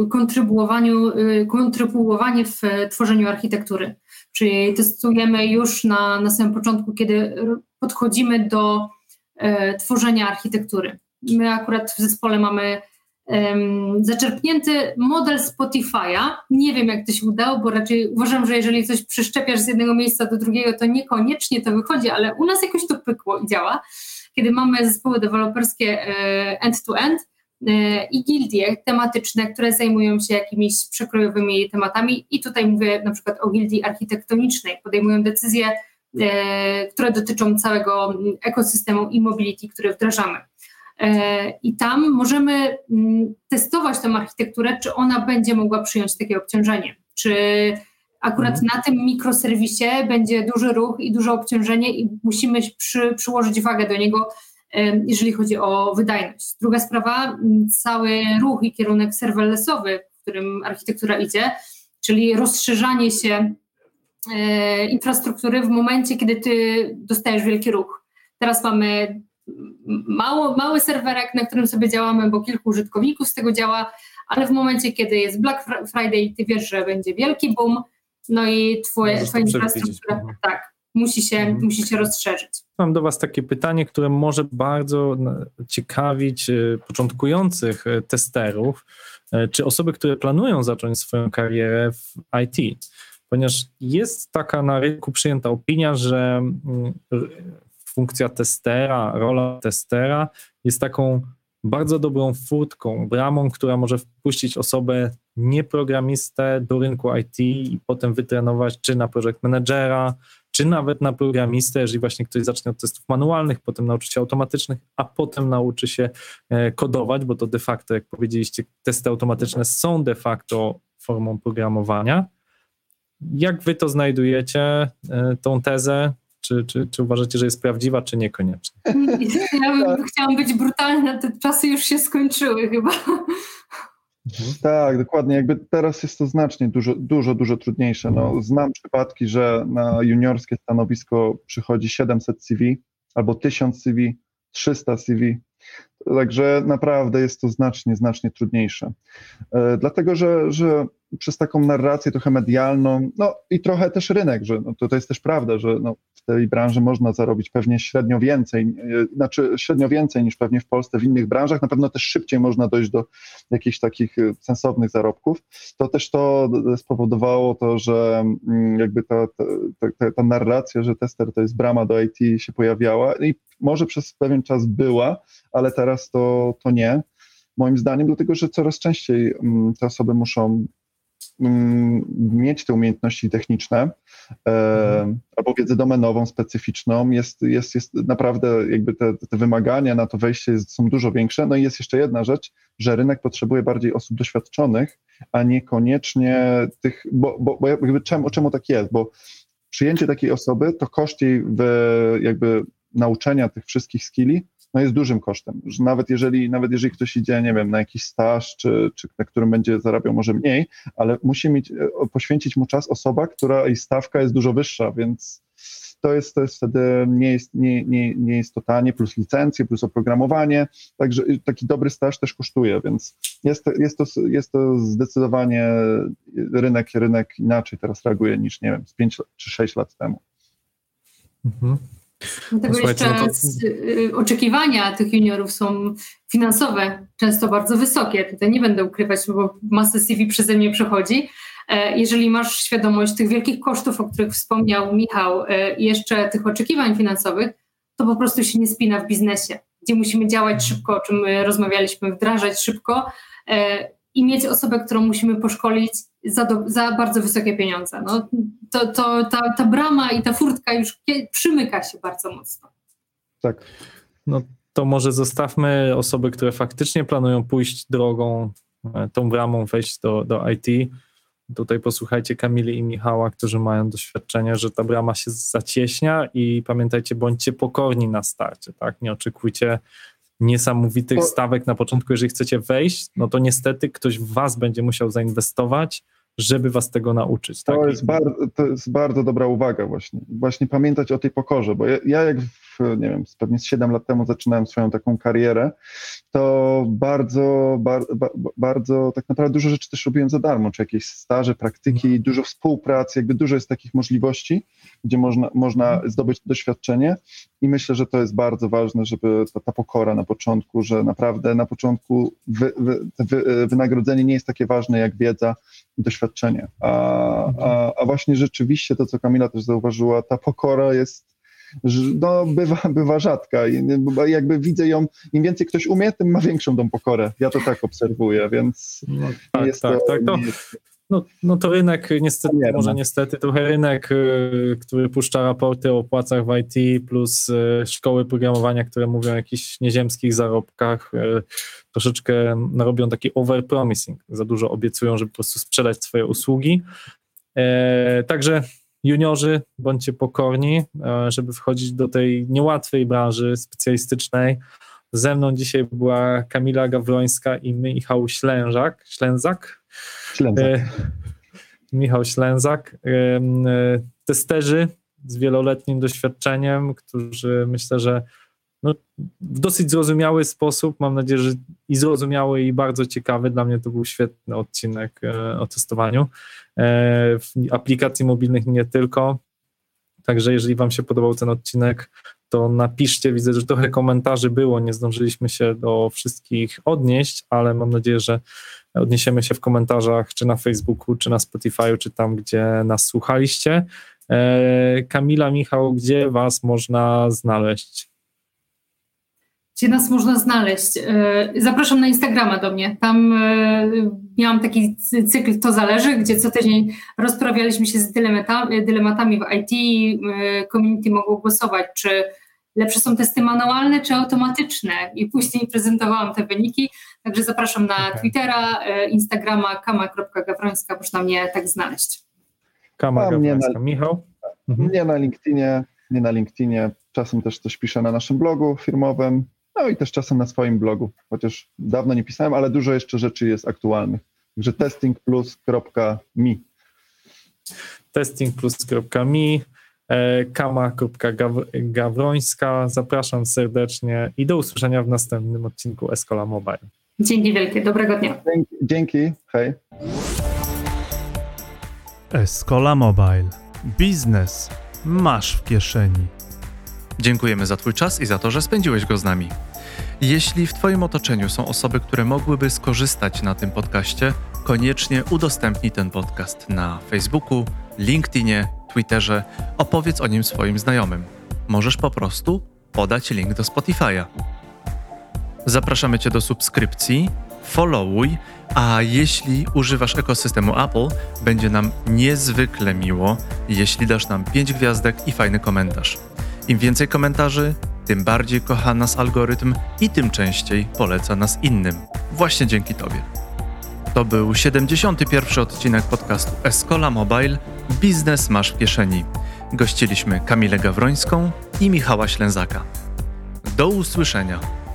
kontrybuowanie w tworzeniu architektury. Czyli testujemy już na samym początku, kiedy podchodzimy do tworzenia architektury. My akurat w zespole mamy zaczerpnięty model Spotify'a. Nie wiem, jak to się udało, bo raczej uważam, że jeżeli coś przyszczepiasz z jednego miejsca do drugiego, to niekoniecznie to wychodzi, ale u nas jakoś to pykło i działa. Kiedy mamy zespoły deweloperskie end-to-end i gildie tematyczne, które zajmują się jakimiś przekrojowymi tematami i tutaj mówię na przykład o gildii architektonicznej, podejmują decyzje, które dotyczą całego ekosystemu i mobility, które wdrażamy. I tam możemy testować tę architekturę, czy ona będzie mogła przyjąć takie obciążenie, czy akurat na tym mikroserwisie będzie duży ruch i duże obciążenie i musimy przyłożyć wagę do niego, jeżeli chodzi o wydajność. Druga sprawa, cały ruch i kierunek serverlessowy, w którym architektura idzie, czyli rozszerzanie się infrastruktury w momencie, kiedy ty dostajesz wielki ruch. Teraz mamy mały serwerek, na którym sobie działamy, bo kilku użytkowników z tego działa, ale w momencie, kiedy jest Black Friday, ty wiesz, że będzie wielki boom, no i twoja infrastruktura musi się rozszerzyć. Mam do was takie pytanie, które może bardzo ciekawić początkujących testerów, czy osoby, które planują zacząć swoją karierę w IT, ponieważ jest taka na rynku przyjęta opinia, że funkcja testera, rola testera jest taką bardzo dobrą furtką, bramą, która może wpuścić osobę nieprogramistę do rynku IT i potem wytrenować czy na project managera, czy nawet na programistę, jeżeli właśnie ktoś zacznie od testów manualnych, potem nauczy się automatycznych, a potem nauczy się kodować, bo to de facto, jak powiedzieliście, testy automatyczne są de facto formą programowania. Jak wy to znajdujecie, tą tezę? Czy uważacie, że jest prawdziwa, czy niekoniecznie? Chciałam być brutalna, te czasy już się skończyły chyba. Tak, dokładnie. Jakby teraz jest to znacznie dużo trudniejsze. No, znam przypadki, że na juniorskie stanowisko przychodzi 700 CV albo 1000 CV, 300 CV. Także naprawdę jest to znacznie trudniejsze. Dlatego, że przez taką narrację trochę medialną, no i trochę też rynek, że no to jest też prawda, że no w tej branży można zarobić pewnie średnio więcej niż pewnie w Polsce w innych branżach, na pewno też szybciej można dojść do jakichś takich sensownych zarobków. To też to spowodowało to, że jakby ta narracja, że tester to jest brama do IT się pojawiała i może przez pewien czas była, ale teraz to nie. Moim zdaniem, dlatego, że coraz częściej te osoby muszą mieć te umiejętności techniczne albo wiedzę domenową, specyficzną. Jest naprawdę jakby te wymagania na to wejście są dużo większe. No i jest jeszcze jedna rzecz, że rynek potrzebuje bardziej osób doświadczonych, a niekoniecznie tych, bo jakby czemu tak jest? Bo przyjęcie takiej osoby to koszt jej jakby nauczenia tych wszystkich skilli no jest dużym kosztem, że nawet jeżeli ktoś idzie, nie wiem, na jakiś staż, czy na którym będzie zarabiał może mniej, ale musi poświęcić mu czas osoba, której stawka jest dużo wyższa, więc to jest wtedy nie jest to tanie, plus licencje, plus oprogramowanie, także taki dobry staż też kosztuje, więc jest to zdecydowanie rynek inaczej teraz reaguje niż, nie wiem, z 5 czy 6 lat temu. Mhm. Dlatego jeszcze oczekiwania tych juniorów są finansowe, często bardzo wysokie. Tutaj nie będę ukrywać, bo masę CV przeze mnie przechodzi. Jeżeli masz świadomość tych wielkich kosztów, o których wspomniał Michał, i jeszcze tych oczekiwań finansowych, to po prostu się nie spina w biznesie, gdzie musimy działać szybko, o czym my rozmawialiśmy, wdrażać szybko i mieć osobę, którą musimy poszkolić za bardzo wysokie pieniądze. No, ta brama i ta furtka już przymyka się bardzo mocno. Tak. No to może zostawmy osoby, które faktycznie planują pójść drogą, tą bramą wejść do IT. Tutaj posłuchajcie Kamili i Michała, którzy mają doświadczenie, że ta brama się zacieśnia i pamiętajcie, bądźcie pokorni na starcie, tak? Nie oczekujcie niesamowitych stawek na początku. Jeżeli chcecie wejść, no to niestety ktoś w was będzie musiał zainwestować, żeby was tego nauczyć. Tak? To jest bardzo dobra uwaga właśnie pamiętać o tej pokorze, bo ja jak nie wiem, pewnie z 7 lat temu zaczynałem swoją taką karierę, to bardzo tak naprawdę dużo rzeczy też robiłem za darmo, czy jakieś staże, praktyki, dużo współpracy, jakby dużo jest takich możliwości, gdzie można zdobyć doświadczenie i myślę, że to jest bardzo ważne, żeby ta pokora na początku, że naprawdę na początku wynagrodzenie nie jest takie ważne jak wiedza i doświadczenie, a właśnie rzeczywiście to, co Kamila też zauważyła, ta pokora jest no, bywa rzadka i jakby widzę ją, im więcej ktoś umie, tym ma większą tą pokorę. Ja to tak obserwuję, więc No to rynek niestety trochę rynek, który puszcza raporty o płacach w IT plus szkoły programowania, które mówią o jakichś nieziemskich zarobkach, troszeczkę robią taki overpromising, za dużo obiecują, żeby po prostu sprzedać swoje usługi. Także juniorzy, bądźcie pokorni, żeby wchodzić do tej niełatwej branży specjalistycznej. Ze mną dzisiaj była Kamila Gawrońska i Michał Ślęzak. Michał Ślęzak. Testerzy z wieloletnim doświadczeniem, którzy myślę, że w dosyć zrozumiały sposób, mam nadzieję, że i zrozumiały i bardzo ciekawy, dla mnie to był świetny odcinek o testowaniu w aplikacji mobilnych, nie tylko. Także jeżeli wam się podobał ten odcinek, to napiszcie, widzę, że trochę komentarzy było, nie zdążyliśmy się do wszystkich odnieść, ale mam nadzieję, że odniesiemy się w komentarzach, czy na Facebooku, czy na Spotify'u, czy tam, gdzie nas słuchaliście. Kamila, Michał, gdzie was można znaleźć? Gdzie nas można znaleźć? Zapraszam na Instagrama do mnie. Tam miałam taki cykl To Zależy, gdzie co tydzień rozprawialiśmy się z dylematami w IT. Community mogło głosować, czy lepsze są testy manualne, czy automatyczne. I później prezentowałam te wyniki. Także zapraszam na Twittera, Instagrama, kama.gawrońska. Można mnie tak znaleźć. Kama Gawrońska. Michał? Nie na LinkedInie. Czasem też coś piszę na naszym blogu firmowym. No i też czasem na swoim blogu, chociaż dawno nie pisałem, ale dużo jeszcze rzeczy jest aktualnych. Także testingplus.me. Testingplus.me, kama.gawrońska. Zapraszam serdecznie i do usłyszenia w następnym odcinku Escola Mobile. Dzięki wielkie, dobrego dnia. Dzięki, hej. Escola Mobile. Biznes masz w kieszeni. Dziękujemy za Twój czas i za to, że spędziłeś go z nami. Jeśli w Twoim otoczeniu są osoby, które mogłyby skorzystać na tym podcaście, koniecznie udostępnij ten podcast na Facebooku, LinkedInie, Twitterze. Opowiedz o nim swoim znajomym. Możesz po prostu podać link do Spotify'a. Zapraszamy Cię do subskrypcji, followuj, a jeśli używasz ekosystemu Apple, będzie nam niezwykle miło, jeśli dasz nam 5 gwiazdek i fajny komentarz. Im więcej komentarzy, tym bardziej kocha nas algorytm i tym częściej poleca nas innym. Właśnie dzięki Tobie. To był 71. odcinek podcastu Escola Mobile. Biznes masz w kieszeni. Gościliśmy Kamilę Gawrońską i Michała Ślęzaka. Do usłyszenia.